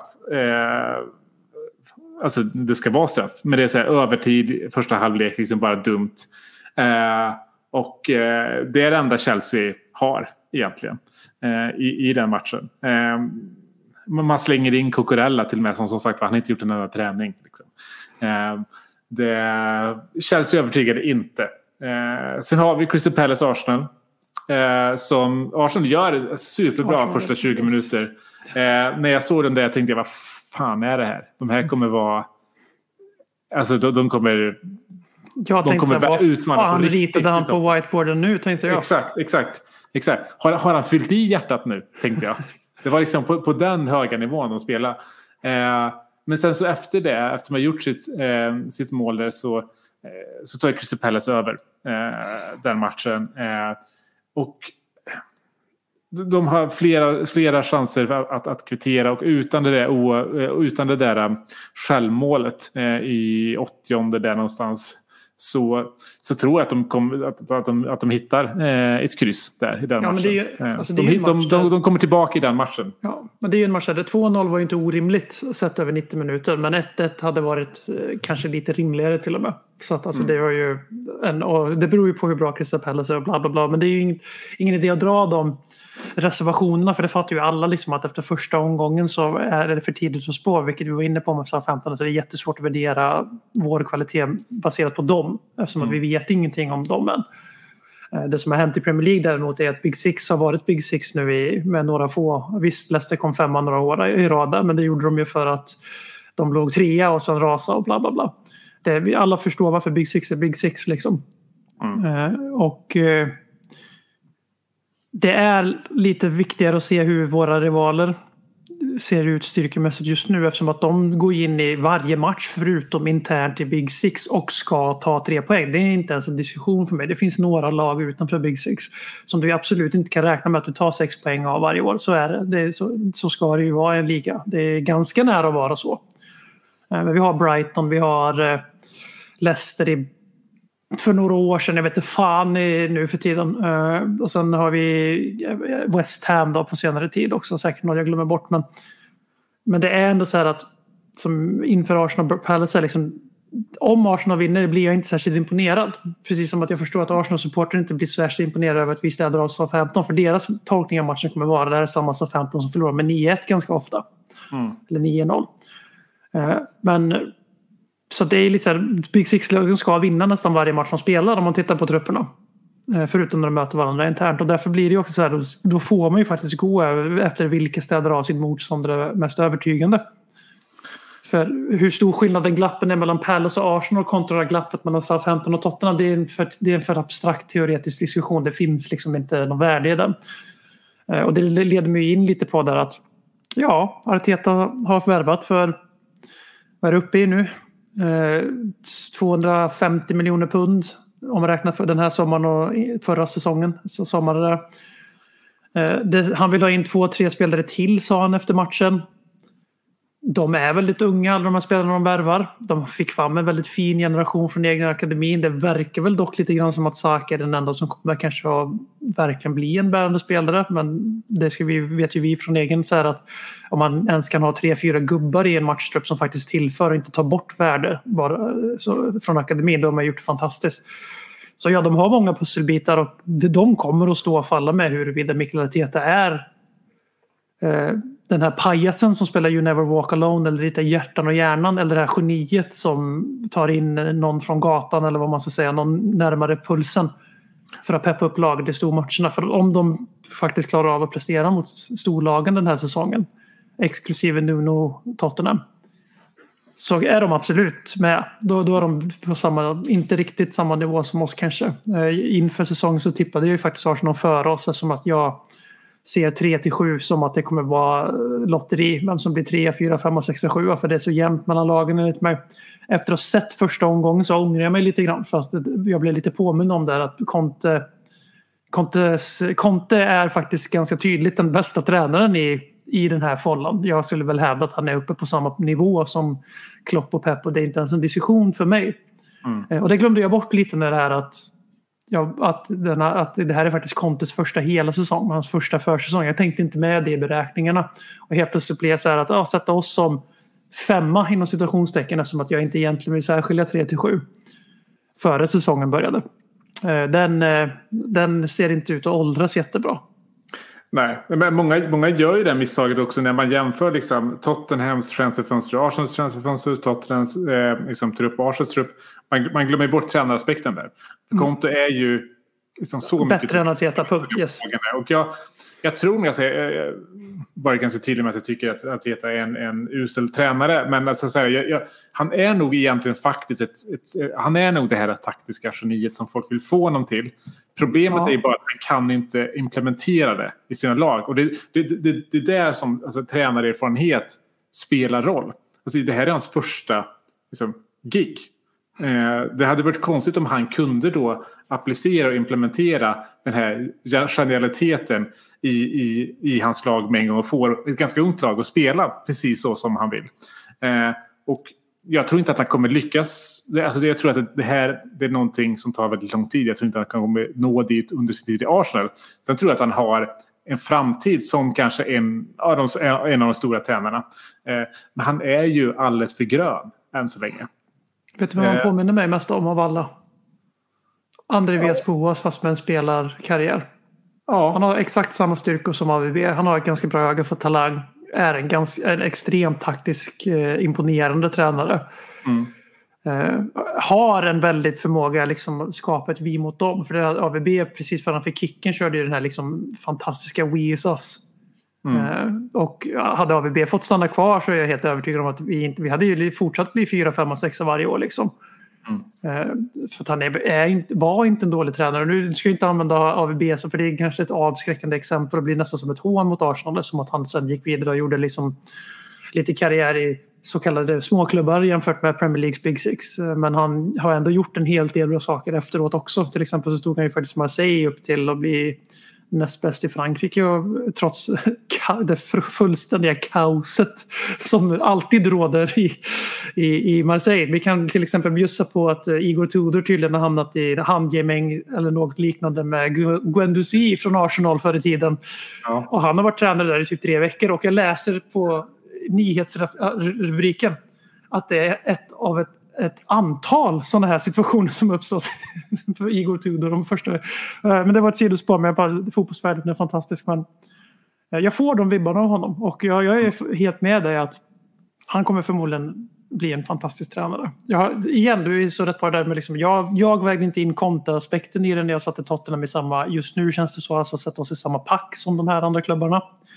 Alltså, det ska vara straff. Men det är så här övertid, första halvlek, liksom bara dumt. Och det är det enda Chelsea har egentligen i den matchen. Man slänger in Cucurella till och med, som sagt, han har inte gjort en enda träning. Liksom. Chelsea övertygade inte. Sen har vi Crystal Palace Arsenal som Arsenal gör superbra första 20 minuter. När jag såg den där tänkte jag, vad fan är det här? De här kommer vara... Alltså de kommer... Jag tänkte vad fan ritade han på whiteboarden nu, tänkte jag. Exakt. Har han fyllt i hjärtat nu, tänkte jag. Det var liksom på den höga nivån de spelade. Men sen så efter man gjort sitt mål där så tar Crystal Palace över den matchen. Och de har flera chanser att kvittera, och utan det där självmålet i 80:e där någonstans så tror jag att de hittar ett kryss där i den matchen. De kommer tillbaka i den matchen. Ja, men det är ju en match där 2-0 var ju inte orimligt sett över 90 minuter, men 1-1 hade varit kanske lite rimligare till och med. Så att alltså det var ju och det beror ju på hur bra Crystal Palace är och bla bla bla, men det är ju ingen idé att dra dem reservationerna, för det fattar ju alla liksom att efter första omgången så är det för tidigt att spå, vilket vi var inne på med SA-15, så det är jättesvårt att värdera vår kvalitet baserat på dem, eftersom att vi vet ingenting om dem än. Det som har hänt i Premier League däremot är att Big Six har varit Big Six nu med några få. Visst, Leicester kom 5 några år i rad, men det gjorde de ju för att de låg 3 och sen rasade och bla bla bla. Vi alla förstår varför Big Six är Big Six liksom. Det är lite viktigare att se hur våra rivaler ser ut styrkemässigt just nu, eftersom att de går in i varje match förutom internt i Big Six och ska ta 3 poäng. Det är inte ens en diskussion för mig. Det finns några lag utanför Big Six som du absolut inte kan räkna med att du tar 6 poäng av varje år. Så är det. Så ska det ju vara i en liga. Det är ganska nära att vara så. Men vi har Brighton, vi har Leicester för några år sedan, jag vet inte fan nu för tiden. Och sen har vi West Ham då på senare tid också, säkert något jag glömmer bort. Men det är ändå så här att som inför Arsenal Palace är liksom, om Arsenal vinner blir jag inte särskilt imponerad. Precis som att jag förstår att Arsenal-supporter inte blir särskilt imponerade över att vi städar av SA-15, för deras tolkning av matchen kommer vara, det är samma SA-15 som förlorar med 9-1 ganska ofta. Eller 9-0. Men så det är lite så här, Big Six-lagen ska vinna nästan varje match de spelar om man tittar på trupperna. Förutom när de möter varandra internt. Och därför blir det ju också så här, då får man ju faktiskt gå efter vilka städer av sin motståndare mest övertygande. För hur stor skillnaden glappen är mellan Palace och Arsenal kontra glappet mellan Southampton och Tottenham, det är en för abstrakt teoretisk diskussion. Det finns liksom inte någon värde i den. Och det leder mig in lite på där att Arteta har värvat för, vad är det uppe i nu? 250 miljoner pund om man räknar för den här sommaren och förra säsongen. Så sommaren där. Han vill ha in 2-3 spelare till, sa han efter matchen. De är väldigt unga, alla de här spelarna de värvar. De fick fram en väldigt fin generation från egna akademin. Det verkar väl dock lite grann som att Saka är den enda som kommer kanske verkligen bli en bärande spelare. Men det vet ju vi från egen så här att om man ens kan ha 3-4 gubbar i en matchtrupp som faktiskt tillför och inte tar bort värde bara, så, från akademin, då har man gjort det fantastiskt. Så ja, de har många pusselbitar och de kommer att stå och falla med huruvida Mikel Arteta är den här pajasen som spelar You Never Walk Alone eller lite hjärtan och hjärnan, eller det här geniet som tar in någon från gatan eller vad man ska säga, någon närmare pulsen för att peppa upp laget i stormatcherna. För om de faktiskt klarar av att prestera mot storlagen den här säsongen, exklusive Nuno Tottenham, så är de absolut med. Då är de på inte riktigt samma nivå som oss kanske. Inför säsongen så tippade jag ju faktiskt Arsenal före oss, som att jag ser 3-7 som att det kommer vara lotteri. Vem som blir 3, 4, 5, 6, 7. För det är så jämnt mellan lagen enligt mig. Efter att ha sett första omgången så ångrar jag mig lite grann. För att jag blev lite påminn om det. Att Conte är faktiskt ganska tydligt den bästa tränaren i den här follan. Jag skulle väl hävda att han är uppe på samma nivå som Klopp och Pep. Och det är inte ens en diskussion för mig. Och det glömde jag bort lite när det här att det här är faktiskt Contes första hela säsong, hans första försäsong. Jag tänkte inte med det i beräkningarna. Och helt plötsligt blev jag så här att sätta oss som 5 inom situationstecken, eftersom att jag inte egentligen vill särskilja 3-7 före säsongen började. Den ser inte ut att åldras jättebra. Nej, men många gör ju det misstaget också när man jämför liksom Tottenhams transferfönster, Arsenals transferfönster, Tottenhams liksom, trupp, Arsenals trupp. Man glömmer bort tränaraspekten där. Conte är ju liksom så mycket bättre än Arteta, punkt. Yes. Och jag tror nog jag var ganska tydlig med att jag tycker att Arteta är en usel tränare. Men alltså, så här, han är nog egentligen faktiskt han är nog det här taktiska geniet som folk vill få honom till. Problemet är bara att han kan inte implementera det i sina lag. Och det är där som alltså, tränarerfarenhet spelar roll. Alltså, det här är hans första liksom, gig. Det hade varit konstigt om han kunde då applicera och implementera den här genialiteten i hans lag med en gång och får ett ganska ungt lag att spela precis så som han vill. Och jag tror inte att han kommer lyckas. Alltså jag tror att det är någonting som tar väldigt lång tid. Jag tror inte att han kommer nå dit under sin tid i Arsenal. Sen tror jag att han har en framtid som kanske en av de stora tränarna. Men han är ju alldeles för grön än så länge. Vet du vad han påminner mig mest om av alla? André Villas-Boas fast med en spelarkarriär. Ja. Han har exakt samma styrkor som AVB. Han har ett ganska bra öga för talang. Är en extremt taktisk imponerande tränare. Har en väldigt förmåga liksom, att skapa ett vi mot dem. För det AVB precis före han fick kicken körde ju den här liksom, fantastiska We is us. Och hade AVB fått stanna kvar så är jag helt övertygad om att vi hade ju fortsatt bli 4, 5 och 6 varje år liksom. För att han var inte en dålig tränare. Nu ska jag inte använda AVB för det är kanske ett avskräckande exempel och blir nästan som ett hån mot Arsenal som att han sen gick vidare och gjorde liksom lite karriär i så kallade småklubbar jämfört med Premier Leagues Big Six. Men han har ändå gjort en hel del bra saker efteråt också. Till exempel så stod han ju faktiskt Marseille upp till att bli näst bäst i Frankrike och trots det fullständiga kaoset som alltid råder i Marseille. Vi kan till exempel bjussa på att Igor Tudor tydligen har hamnat i handgemäng eller något liknande med Guendouzi från Arsenal förr i tiden. Ja. Och han har varit tränare där i typ 3 veckor och jag läser på nyhetsrubriken att det är ett antal sådana här situationer som uppstått för Igor Tudor de första. Men det var ett sidospår, men fotbollsvärlden är fantastisk. Men jag får de vibbarna av honom och jag är helt med dig att han kommer förmodligen bli en fantastisk tränare. Igen, du är så rätt på det där med liksom, jag vägde inte in konta-aspekten i den när jag satte Tottenham i samma, just nu känns det så att jag sätter oss i samma pack som de här andra klubbarna.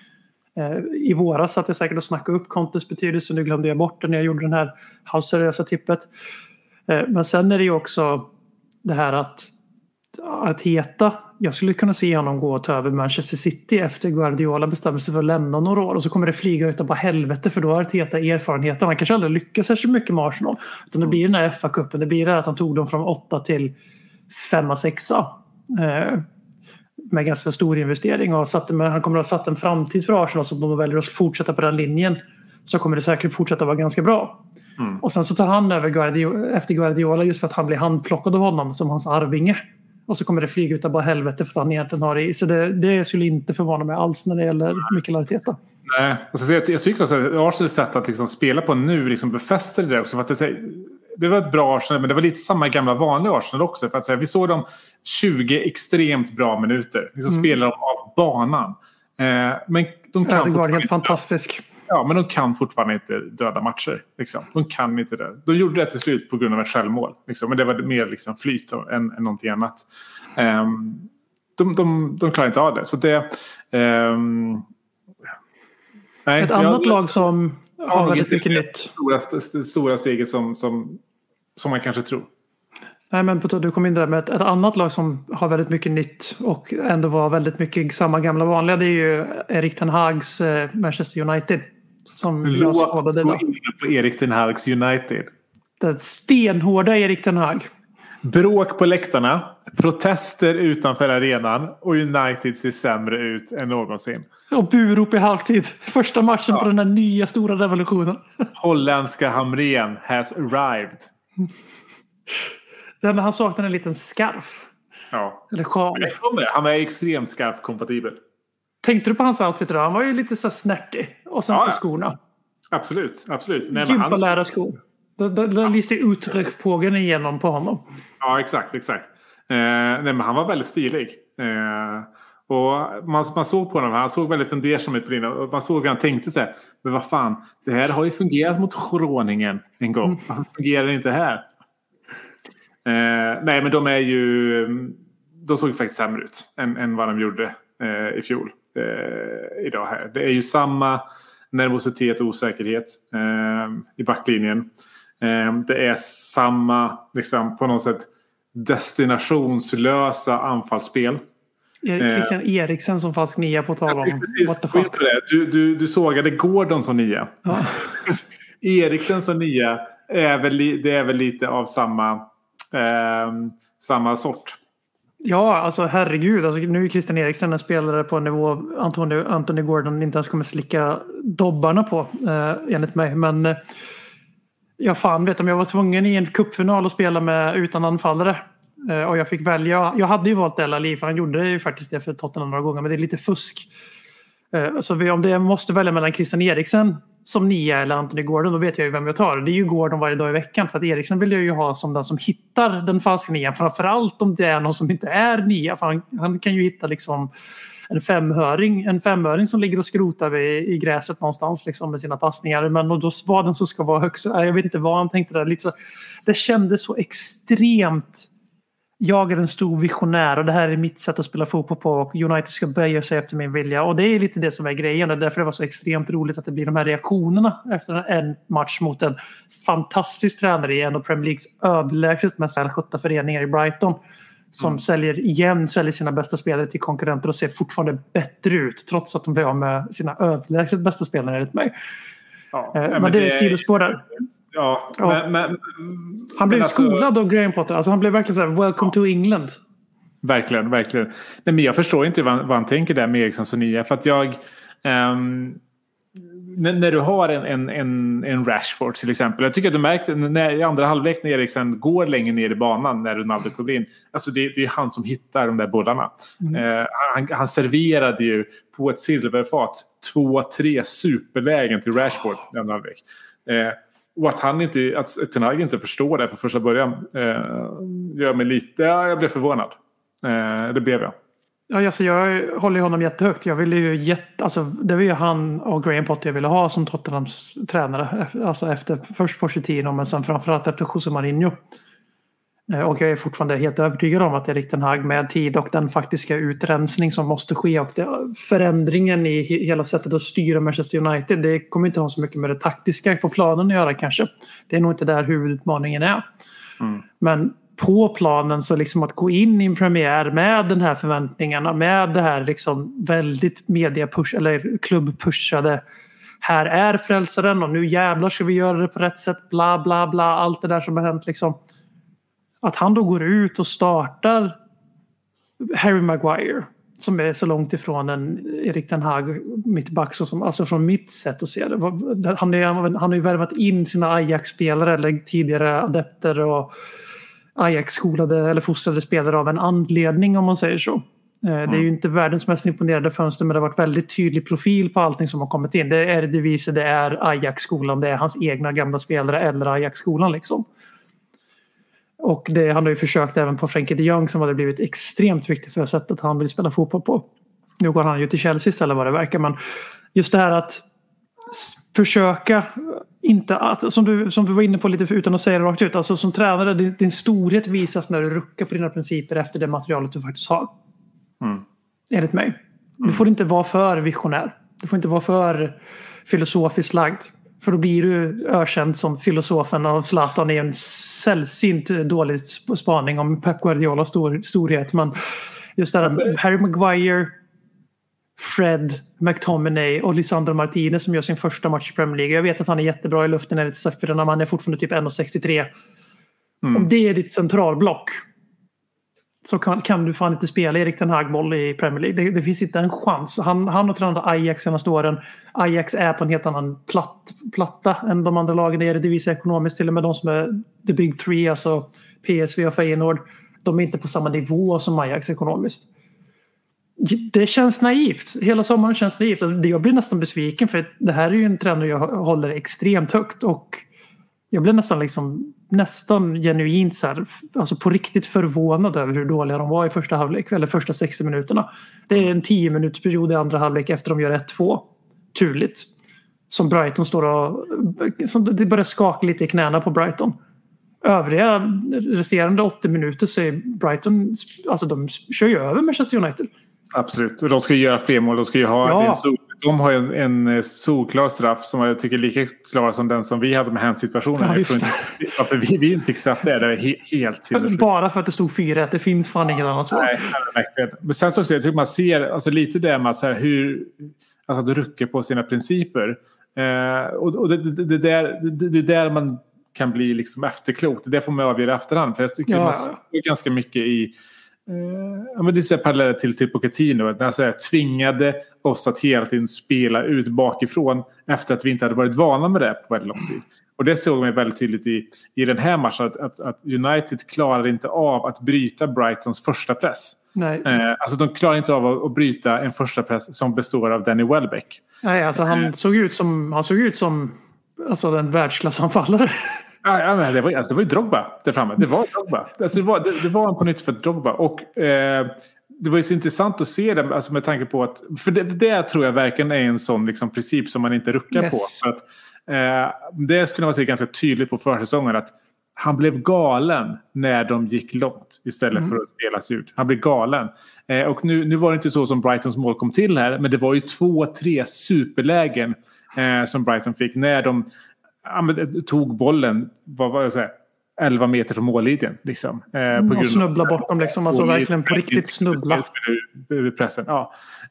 I våras satt jag säkert och snackade upp Contes betydelse. Nu glömde jag bort det när jag gjorde den här halvseriösa tippet. Men sen är det ju också det här att Arteta, jag skulle kunna se honom gå och ta över Manchester City efter Guardiola bestämmer sig för att lämna några år och så kommer det flyga utan bara helvete för då har Arteta erfarenheten. Han kanske aldrig lyckas så mycket med Arsenal utan det blir den här FA-cupen, det blir det att han tog dem från 8 till 5-6 med ganska stor investering och han kommer att ha satt en framtid för Arsenal så om de väljer att fortsätta på den linjen så kommer det säkert fortsätta vara ganska bra. Och sen så tar han över efter Guardiola just för att han blir handplockad av honom som hans arvinge. Och så kommer det flyga utan bara helvete för att han egentligen har det i. Så det skulle inte förvåna mig alls när det gäller Mikel Arteta. Nej, alltså jag tycker också att Arsenals sätt att liksom spela på nu liksom befäster det också. För att det var ett bra Arsenal, men det var lite samma gamla vanliga Arsenal också. För att säga, vi såg dem 20 extremt bra minuter. Liksom spelar de av banan. Men de kan det var helt fantastisk. Ja, men de kan fortfarande inte döda matcher. Liksom. De kan inte det. De gjorde det till slut på grund av ett självmål. Liksom. Men det var mer liksom flyt än någonting annat. De klarar inte av det. Så det... Nej, ett annat lag som har väldigt mycket nytt. Det stora steget som man kanske tror. Nej, men du kom in där med ett annat lag som har väldigt mycket nytt och ändå var väldigt mycket samma gamla vanliga. Det är ju Erik Ten Hags Manchester United. Som jag skådade idag. På Erik Ten Hags United. Det stenhårda Erik Ten Hag. Bråk på läktarna, protester utanför arenan och United ser sämre ut än någonsin. Och burop i halvtid. Första matchen på den här nya stora revolutionen. Holländska Hamrén has arrived. Han saknar en liten scarf. Ja. Eller sjal. Han är extremt scarf-kompatibel. Tänkte du på hans outfit då? Han var ju lite så snärtig. Och sen så skorna. Absolut. Gympalära skor. Där lyste Utrecht-pågen igenom på honom. Ja, exakt. Nej, men han var väldigt stilig. Och man såg på honom. Han såg väldigt fundersam ut på linjen. Och man såg hur han tänkte sig. Men vad fan, det här har ju fungerat mot Groningen en gång. Varför fungerar det inte här? Nej, men de är ju... de såg faktiskt sämre ut än vad de gjorde i fjol. Idag här. Det är ju samma nervositet och osäkerhet i backlinjen. Det är samma liksom, på något sätt destinationslösa anfallsspel. Christian Eriksen som falsk nia på tal om. What the fuck? Du sågade Gordon som nia. Ja. Eriksen som nia det är väl lite av samma sort. Ja, alltså herregud. Alltså, nu är Christian Eriksen en spelare på en nivå Anthony Gordon inte ens kommer slicka dobbarna på, enligt mig. Men jag fan vet om jag var tvungen i en cupfinal att spela utan anfallare. Och jag fick välja. Jag hade ju valt El Ali för han gjorde ju faktiskt det för Tottenham några gånger. Men det är lite fusk. Så om det måste välja mellan Christian Eriksen som nia eller Anthony Gordon, då vet jag ju vem jag tar. Det är ju Gordon varje dag i veckan. För att Eriksen vill jag ju ha som den som hittar den falska nian. Framförallt om det är någon som inte är nia. För han kan ju hitta liksom en femöring som ligger och skrotar i gräset någonstans liksom med sina passningar. Men då var den som ska vara högst. Jag vet inte vad han tänkte där. Lite så, det kändes så extremt. Jag är en stor visionär och det här är mitt sätt att spela fotboll på och United ska böja sig efter min vilja. Och det är lite det som är grejen och därför det var så extremt roligt att det blir de här reaktionerna efter en match mot en fantastisk tränare i en av Premier Leagues överlägset mest välskötta föreningar i Brighton som säljer sina bästa spelare till konkurrenter och ser fortfarande bättre ut trots att de blir av med sina överlägset bästa spelare enligt mig. Ja, men det är sidospår där. Ja, men han blev skolad av Graham Potter. Alltså han blev verkligen så här, welcome to England. Verkligen. Nej, men jag förstår inte vad han tänker där med Eriksson och nia. För att när du har en Rashford till exempel. Jag tycker att du märkte i andra halvlek när Eriksen går längre ner i banan när Ronaldo kommer in. Alltså det är han som hittar de där bollarna. Han serverade ju på ett silverfat 2-3 superlägen till Rashford i andra halvlek. Och att Ten Hag inte förstår det på första början gör mig lite... Jag blev förvånad. Det blev jag. Ja, alltså jag håller honom jättehögt. Jag ville ju det var ju han och Graham Potter jag ville ha som Tottenhams tränare. Alltså efter först Pochettino men sen framförallt efter José Mourinho. Och jag är fortfarande helt övertygad om att Erik Ten Hag med tid och den faktiska utrensning som måste ske och förändringen i hela sättet att styra Manchester United, det kommer inte ha så mycket med det taktiska på planen att göra kanske. Det är nog inte där huvudutmaningen är. Men på planen så liksom att gå in i en premiär med den här förväntningarna, med det här liksom väldigt media-push eller klubb-pushade här är frälsaren och nu jävlar ska vi göra det på rätt sätt, bla bla bla, allt det där som har hänt liksom. Att han då går ut och startar Harry Maguire som är så långt ifrån en Erik Ten Hag mittback som, alltså från mitt sätt att se det. Han har ju värvat in sina Ajax-spelare eller tidigare adepter och Ajax-skolade eller fostrade spelare av en anledning om man säger så. Det är ju inte världens mest imponerande fönster men det har varit väldigt tydlig profil på allting som har kommit in. Det är Eredivisie, det är Ajax-skolan, det är hans egna gamla spelare eller Ajax-skolan liksom. Och han har ju försökt även på Frenkie de Jong som hade blivit extremt viktigt för sättet han vill spela fotboll på. Nu går han ju till Chelsea istället vad det verkar. Men just det här att försöka inte att, som vi var inne på lite utan att säga det rakt ut. Alltså som tränare, din storhet visas när du ruckar på dina principer efter det materialet du faktiskt har. Enligt mig. Du får inte vara för visionär. Du får inte vara för filosofiskt lagd. För då blir du ökänd som filosofen av Zlatan i en sällsynt dålig spaning om Pep Guardiolas storhet. Men just det här Harry Maguire, Fred, McTominay och Lisandro Martinez som gör sin första match i Premier League. Jag vet att han är jättebra i luften enligt siffrorna, men han är fortfarande typ 1,63. Om det är ditt centralblock så kan du fan inte spela Erik Ten Hag-boll i Premier League. Det finns inte en chans. Han har tränat Ajax senaste åren. Ajax är på en helt annan platta än de andra lagen. Det visar ekonomiskt till och med de som är the big three, alltså PSV och Feyenoord. De är inte på samma nivå som Ajax ekonomiskt. Det känns naivt. Hela sommaren känns naivt. Jag blir nästan besviken för det här är ju en tränare jag håller extremt högt och jag blev nästan genuint så här, alltså på riktigt förvånad över hur dåliga de var i första halvlek eller första 60 minuterna. Det är en 10 minuters period i andra halvlek efter de gör 1-2. Turligt. Som Brighton står och som det börjar skaka lite i knäna på Brighton. övriga resterande 80 minuter så är Brighton, alltså de kör ju över Manchester United. Absolut, och de ska ju göra fler mål. De ska ju ha de har ju en solklar straff som jag tycker är lika klar som den som vi hade med handsituationen. Varför vi inte fick straff där, det är helt sinnessjukt. Bara för att det stod 4-1, det finns fan inget annat svar. Nej, verkligen. Men sen så också, jag tycker man ser alltså, lite där med så här, hur alltså, att rucka på sina principer. Och det där man kan bli liksom efterklok. Det får man avgöra efterhand. För jag tycker man ser ganska mycket i men det är parallellt till Pochettino. Att han tvingade oss att hela tiden spela ut bakifrån efter att vi inte hade varit vana med det på väldigt lång tid. Och det såg man väldigt tydligt i den här matchen att United klarar inte av att bryta Brightons första press. Nej. Alltså de klarar inte av att bryta en första press som består av Danny Welbeck. Nej, alltså han såg ut som alltså den världsklassanfallare. Ja, men det var ju Drogba där framme. Det var Drogba. Alltså det var en på nytt för Drogba. Och det var ju så intressant att se det alltså med tanke på att... För det tror jag verkligen är en sån liksom, princip som man inte ruckar på. För att, det skulle man se ganska tydligt på försäsongen att han blev galen när de gick långt istället för att spelas ut. Han blev galen. Och nu var det inte så som Brightons mål kom till här. Men det var ju 2-3 superlägen som Brighton fick när de tog bollen 11 meter från mållinjen liksom, och snubbla bort dem liksom, alltså verkligen på riktigt snubbla pressen. Ja.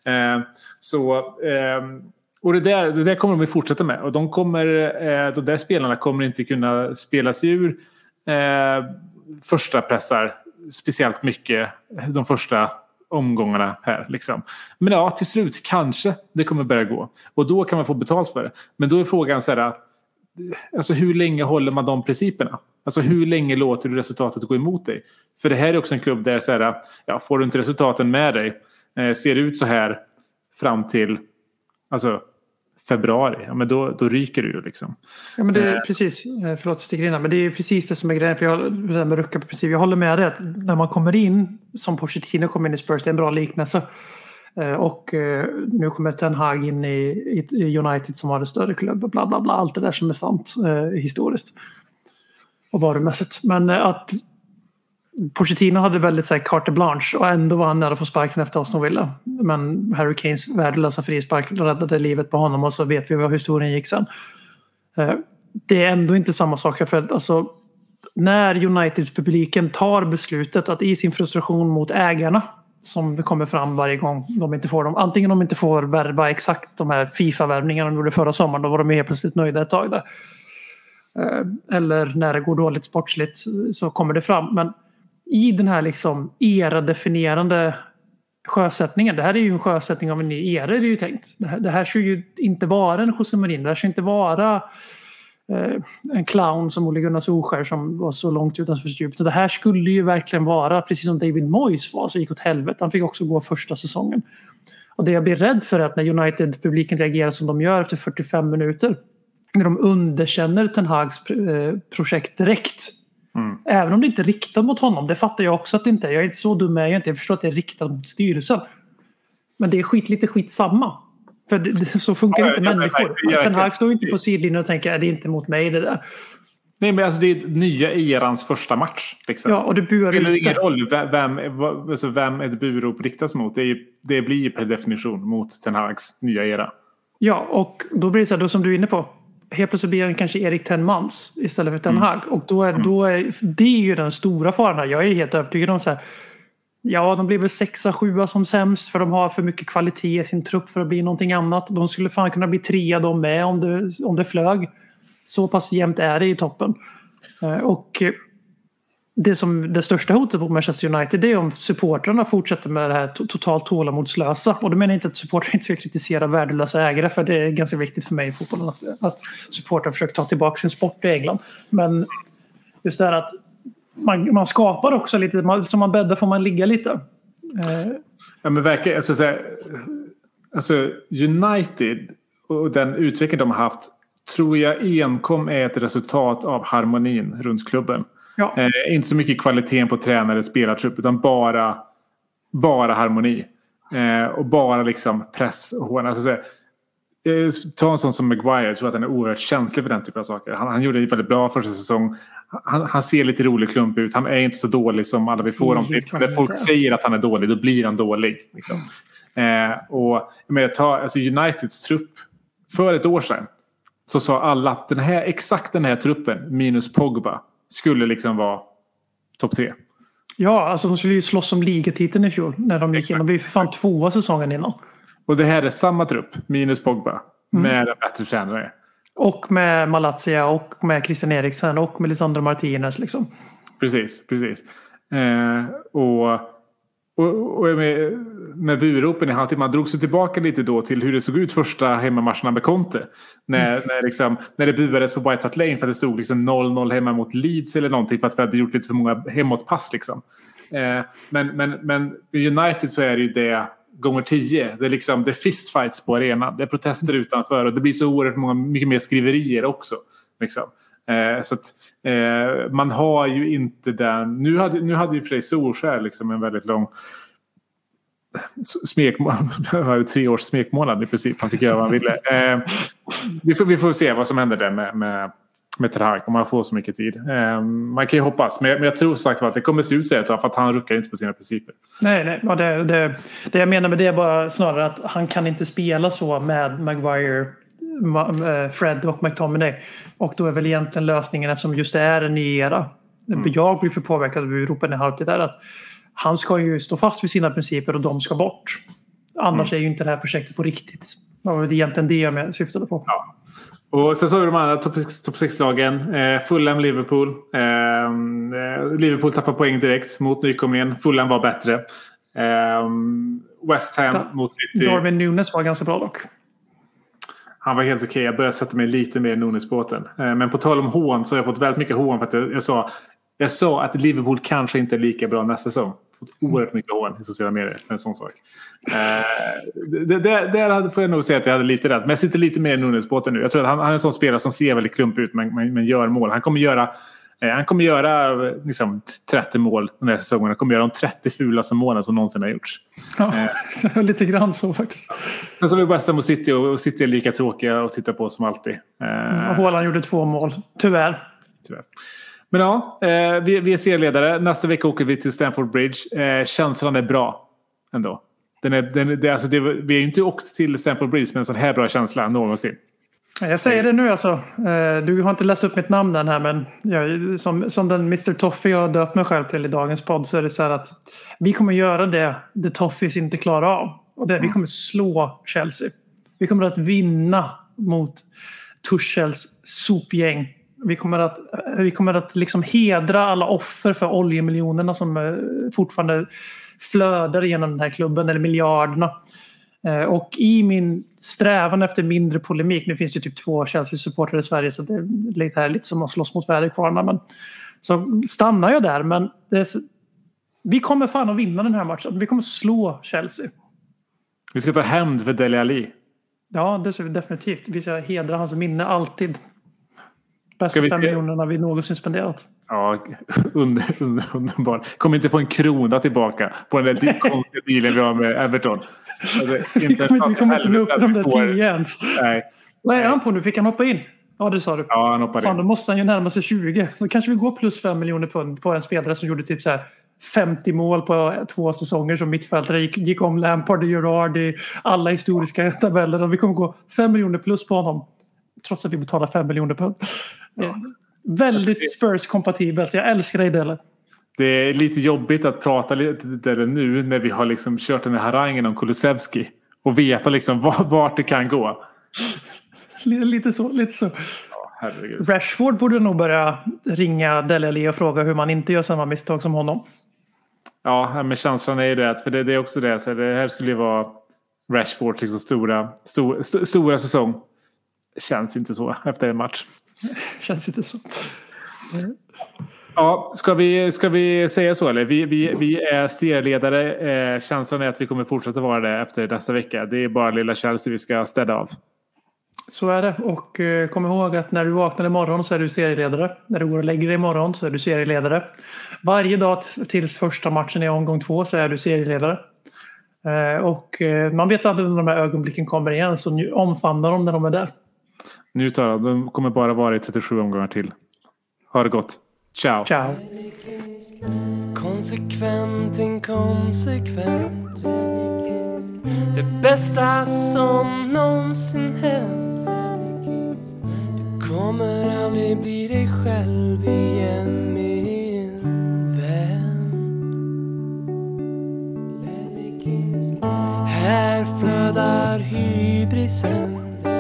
Och det där kommer de att fortsätta med och de där spelarna kommer inte kunna spela sig ur första pressar speciellt mycket de första omgångarna här liksom. Men ja, till slut kanske det kommer börja gå och då kan man få betalt för det. Men då är frågan så här, alltså hur länge håller man de principerna? Alltså hur länge låter du resultatet gå emot dig? För det här är också en klubb där så här, får du inte resultaten med dig, ser det ut så här fram till alltså februari, men då ryker du ju liksom. Ja, men det är precis, förlåt Stigrina, men det är precis det som är grejen, för jag ruckar på princip. Jag håller med dig att när man kommer in som Pochettino kommer in i Spurs, det är en bra liknelse. Och nu kommer Ten Hag in i United som har en större klubb och bla bla bla, allt det där som är sant historiskt och varumässigt. Men att Pochettino hade väldigt så här, carte blanche och ändå var han nära att få sparken efter Aston Villa. Men Harry Kanes värdelösa frispark räddade livet på honom och så vet vi vad historien gick sen. Det är ändå inte samma sak för att alltså, när Uniteds publiken tar beslutet att i sin frustration mot ägarna som kommer fram varje gång de inte får dem. Antingen de inte får värva exakt de här FIFA-värvningarna de gjorde förra sommaren. Då var de helt plötsligt nöjda ett tag där. Eller när det går dåligt sportsligt så kommer det fram. Men i den här liksom era-definierande sjösättningen. Det här är ju en sjösättning av en ny era är det ju tänkt. Det här ska ju inte vara en José Mourinho. Det här ska inte vara en clown som Ole Gunnar Solskjær som var så långt utanför djupet. Det här skulle ju verkligen vara precis som David Moyes var så gick åt helvete. Han fick också gå första säsongen. Och det jag blir rädd för är att när United-publiken reagerar som de gör efter 45 minuter när de underkänner Ten Hags projekt direkt. Även om det inte är riktat mot honom. Det fattar jag också att det inte är. Jag är inte så dum är jag inte. Jag förstår att det är riktat mot styrelsen. Men det är lite skitsamma. För så funkar inte människor. Ten Hag står inte på sidlinjen och tänker att det är inte mot mig det där. Nej, men alltså det är nya erans första match. Liksom. Ja, och det buar inte. Det ingen roll vem ett burop riktas mot. Det blir per definition mot Ten Hags nya era. Ja, och då blir det så här, då som du är inne på. Helt plötsligt blir det kanske Erik Ten Mans istället för Ten Hag. Och då är det är ju den stora faran här. Jag är helt övertygad om så här. Ja, de blir väl 6-7 som sämst för de har för mycket kvalitet i sin trupp för att bli någonting annat. De skulle fan kunna bli 3 de med om det flög. Så pass jämnt är det i toppen. Och det största hotet på Manchester United det är om supportrarna fortsätter med det här totalt tålamodslösa. Och då menar jag inte att supportrar inte ska kritisera värdelösa ägare för det är ganska viktigt för mig i fotbollen att supportrar försöker ta tillbaka sin sport i England. Men just det här att man skapar också lite, som man bäddar får man ligga lite. Ja men verkligen, alltså United och den utveckling de har haft tror jag enkom är ett resultat av harmonin runt klubben. Ja. Inte så mycket kvaliteten på tränare, spelartrupp utan bara harmoni. Och bara liksom press. Alltså, ta en sån som Maguire, jag tror att han är oerhört känslig för den typen av saker. Han gjorde det väldigt bra första säsong. han ser lite rolig klump ut. Han är inte så dålig som alla vi får om till. När folk säger att han är dålig, då blir han dålig. Liksom. Och alltså Uniteds trupp för ett år sedan så sa alla att exakt den här truppen minus Pogba skulle liksom vara topp 3. Ja, alltså de skulle ju slåss om ligatiteln i fjol när de gick in. De blev för fan 2 säsongen innan. Och det här är samma trupp minus Pogba med en bättre tränare. Och med Malatsia och med Christian Eriksen och med Lisandro Martinez liksom. Precis. Och med buropen i halvtid, man drog sig tillbaka lite då till hur det såg ut första hemmamatcherna med Conte. När det buades på White Hart Lane för att det stod liksom 0-0 hemma mot Leeds eller någonting för att vi hade gjort lite för många hemåtpass liksom. Men United så är det ju det gånger 10. Det är liksom det är fistfights på arenan. Det är protester utanför och det blir så oerhört mycket mer skriverier också. Liksom. Så att man har ju inte den. Nu hade ju för sig Solskär liksom en väldigt lång smekmånad, 3 års smekmånad i princip. Han fick göra vad han ville. Vi får se vad som händer där med Ten Hag om man får så mycket tid. Man kan ju hoppas, men jag tror sagt att det kommer se ut så här för att han ruckar inte på sina principer. Nej. Ja, det jag menar med det är bara snarare att han kan inte spela så med Maguire, Fred och McTominay. Och då är väl egentligen lösningen, eftersom just det är en ny era. Jag blir för påverkad av Europa i halvtid där att han ska ju stå fast vid sina principer och de ska bort. Annars är ju inte det här projektet på riktigt. Det var egentligen det jag syftade på. Ja. Och sen så har vi de andra topp 6-lagen. Fulham, Liverpool. Liverpool tappar poäng direkt mot nykomlingen. Fulham var bättre. West Ham mot City. Darwin Núñez var ganska bra dock. Han var helt okej. Jag började sätta mig lite mer i Núñez-båten. Men på tal om hån så har jag fått väldigt mycket hån för att jag sa att Liverpool kanske inte är lika bra nästa säsong. Fått oerhört mycket hån i sociala medier för en sån sak. Där får jag nog säga att jag hade lite rätt. Men jag sitter lite mer i Núñez-båten nu. Jag tror att han är en sån spelare som ser väldigt klump ut men gör mål. Han kommer göra liksom 30 mål den här säsongen. Han kommer göra de 30 fulaste målen som någonsin har gjorts. Ja, lite grann så faktiskt. Sen så har vi West Ham och City och City är lika tråkiga att titta på som alltid. Haaland gjorde 2 mål. Tyvärr. Men ja, vi är serieledare. Nästa vecka åker vi till Stamford Bridge. Känslan är bra ändå. Vi är ju inte åkt till Stamford Bridge med en sån här bra känsla någonsin. Jag säger det nu alltså. Du har inte läst upp mitt namn än här, men som den Mr. Toffee jag har döpt mig själv till i dagens podd, så är det så här att vi kommer göra det The Toffees inte klarar av. Och vi kommer slå Chelsea. Vi kommer att vinna mot Tuchels sopgäng. Vi kommer att liksom hedra alla offer för oljemiljonerna som fortfarande flödar genom den här klubben, eller miljarderna. Och i min strävan efter mindre polemik, nu finns det typ 2 Chelsea-supportrar i Sverige så det är lite som att slåss mot väderkvarnar, men så stannar jag där, men vi kommer fan att vinna den här matchen. Vi kommer slå Chelsea. Vi ska ta hämnd för Dele Alli. Ja, det ska vi definitivt. Vi ska hedra hans minne alltid. Bästa 5 miljonerna vi någonsin spenderat. Ja, underbart. Kommer inte få en krona tillbaka på den där konstiga dealen vi har med Everton. Alltså, vi kommer inte upp de där 10 ens. Nej. Vad är han på nu? Fick han hoppa in? Ja, det sa du. Ja, han hoppade in. Då måste han ju närma sig 20. Så kanske vi går plus 5 miljoner pund på en spelare som gjorde typ så här 50 mål på 2 säsonger som mittfältare. Gick om Lampard och Gerrard i alla historiska tabeller. Och vi kommer gå 5 miljoner plus på honom. Trots att vi betalar 5 miljoner pund. Ja. Väldigt Spurs-kompatibelt. Jag älskar dig, Dele. Det är lite jobbigt att prata lite där nu när vi har liksom kört den här harangen om Kulusevski och veta liksom vart det kan gå. Lite så. Ja, Rashford borde nog börja ringa Dele Alli och fråga hur man inte gör samma misstag som honom. Ja, men känslan är ju det. För det är också det. Så det här skulle ju vara Rashfords liksom stora säsong. Känns inte så efter en match. Känns inte så. Ja, ska vi säga så eller? Vi är serieledare. Känslan är att vi kommer fortsätta vara det efter nästa vecka. Det är bara lilla Chelsea vi ska städa av. Så är det. Och kom ihåg att när du vaknar imorgon så är du serieledare. När du går och lägger dig imorgon så är du serieledare. Varje dag tills första matchen i omgång 2 så är du serieledare. Och man vet aldrig när de här ögonblicken kommer igen, så omfamnar de när de är där. Nu tar de kommer bara vara i 37 omgångar till. Ha det gott. Ciao. Ciao. Konsekvent, inkonsekvent. Det bästa som någonsin hänt. Du kommer aldrig bli dig själv igen, min vän. Här flödar hybrisen.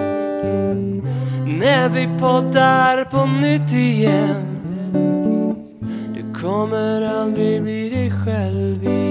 När vi poddar på nytt igen. Du kommer aldrig bli dig själv igen.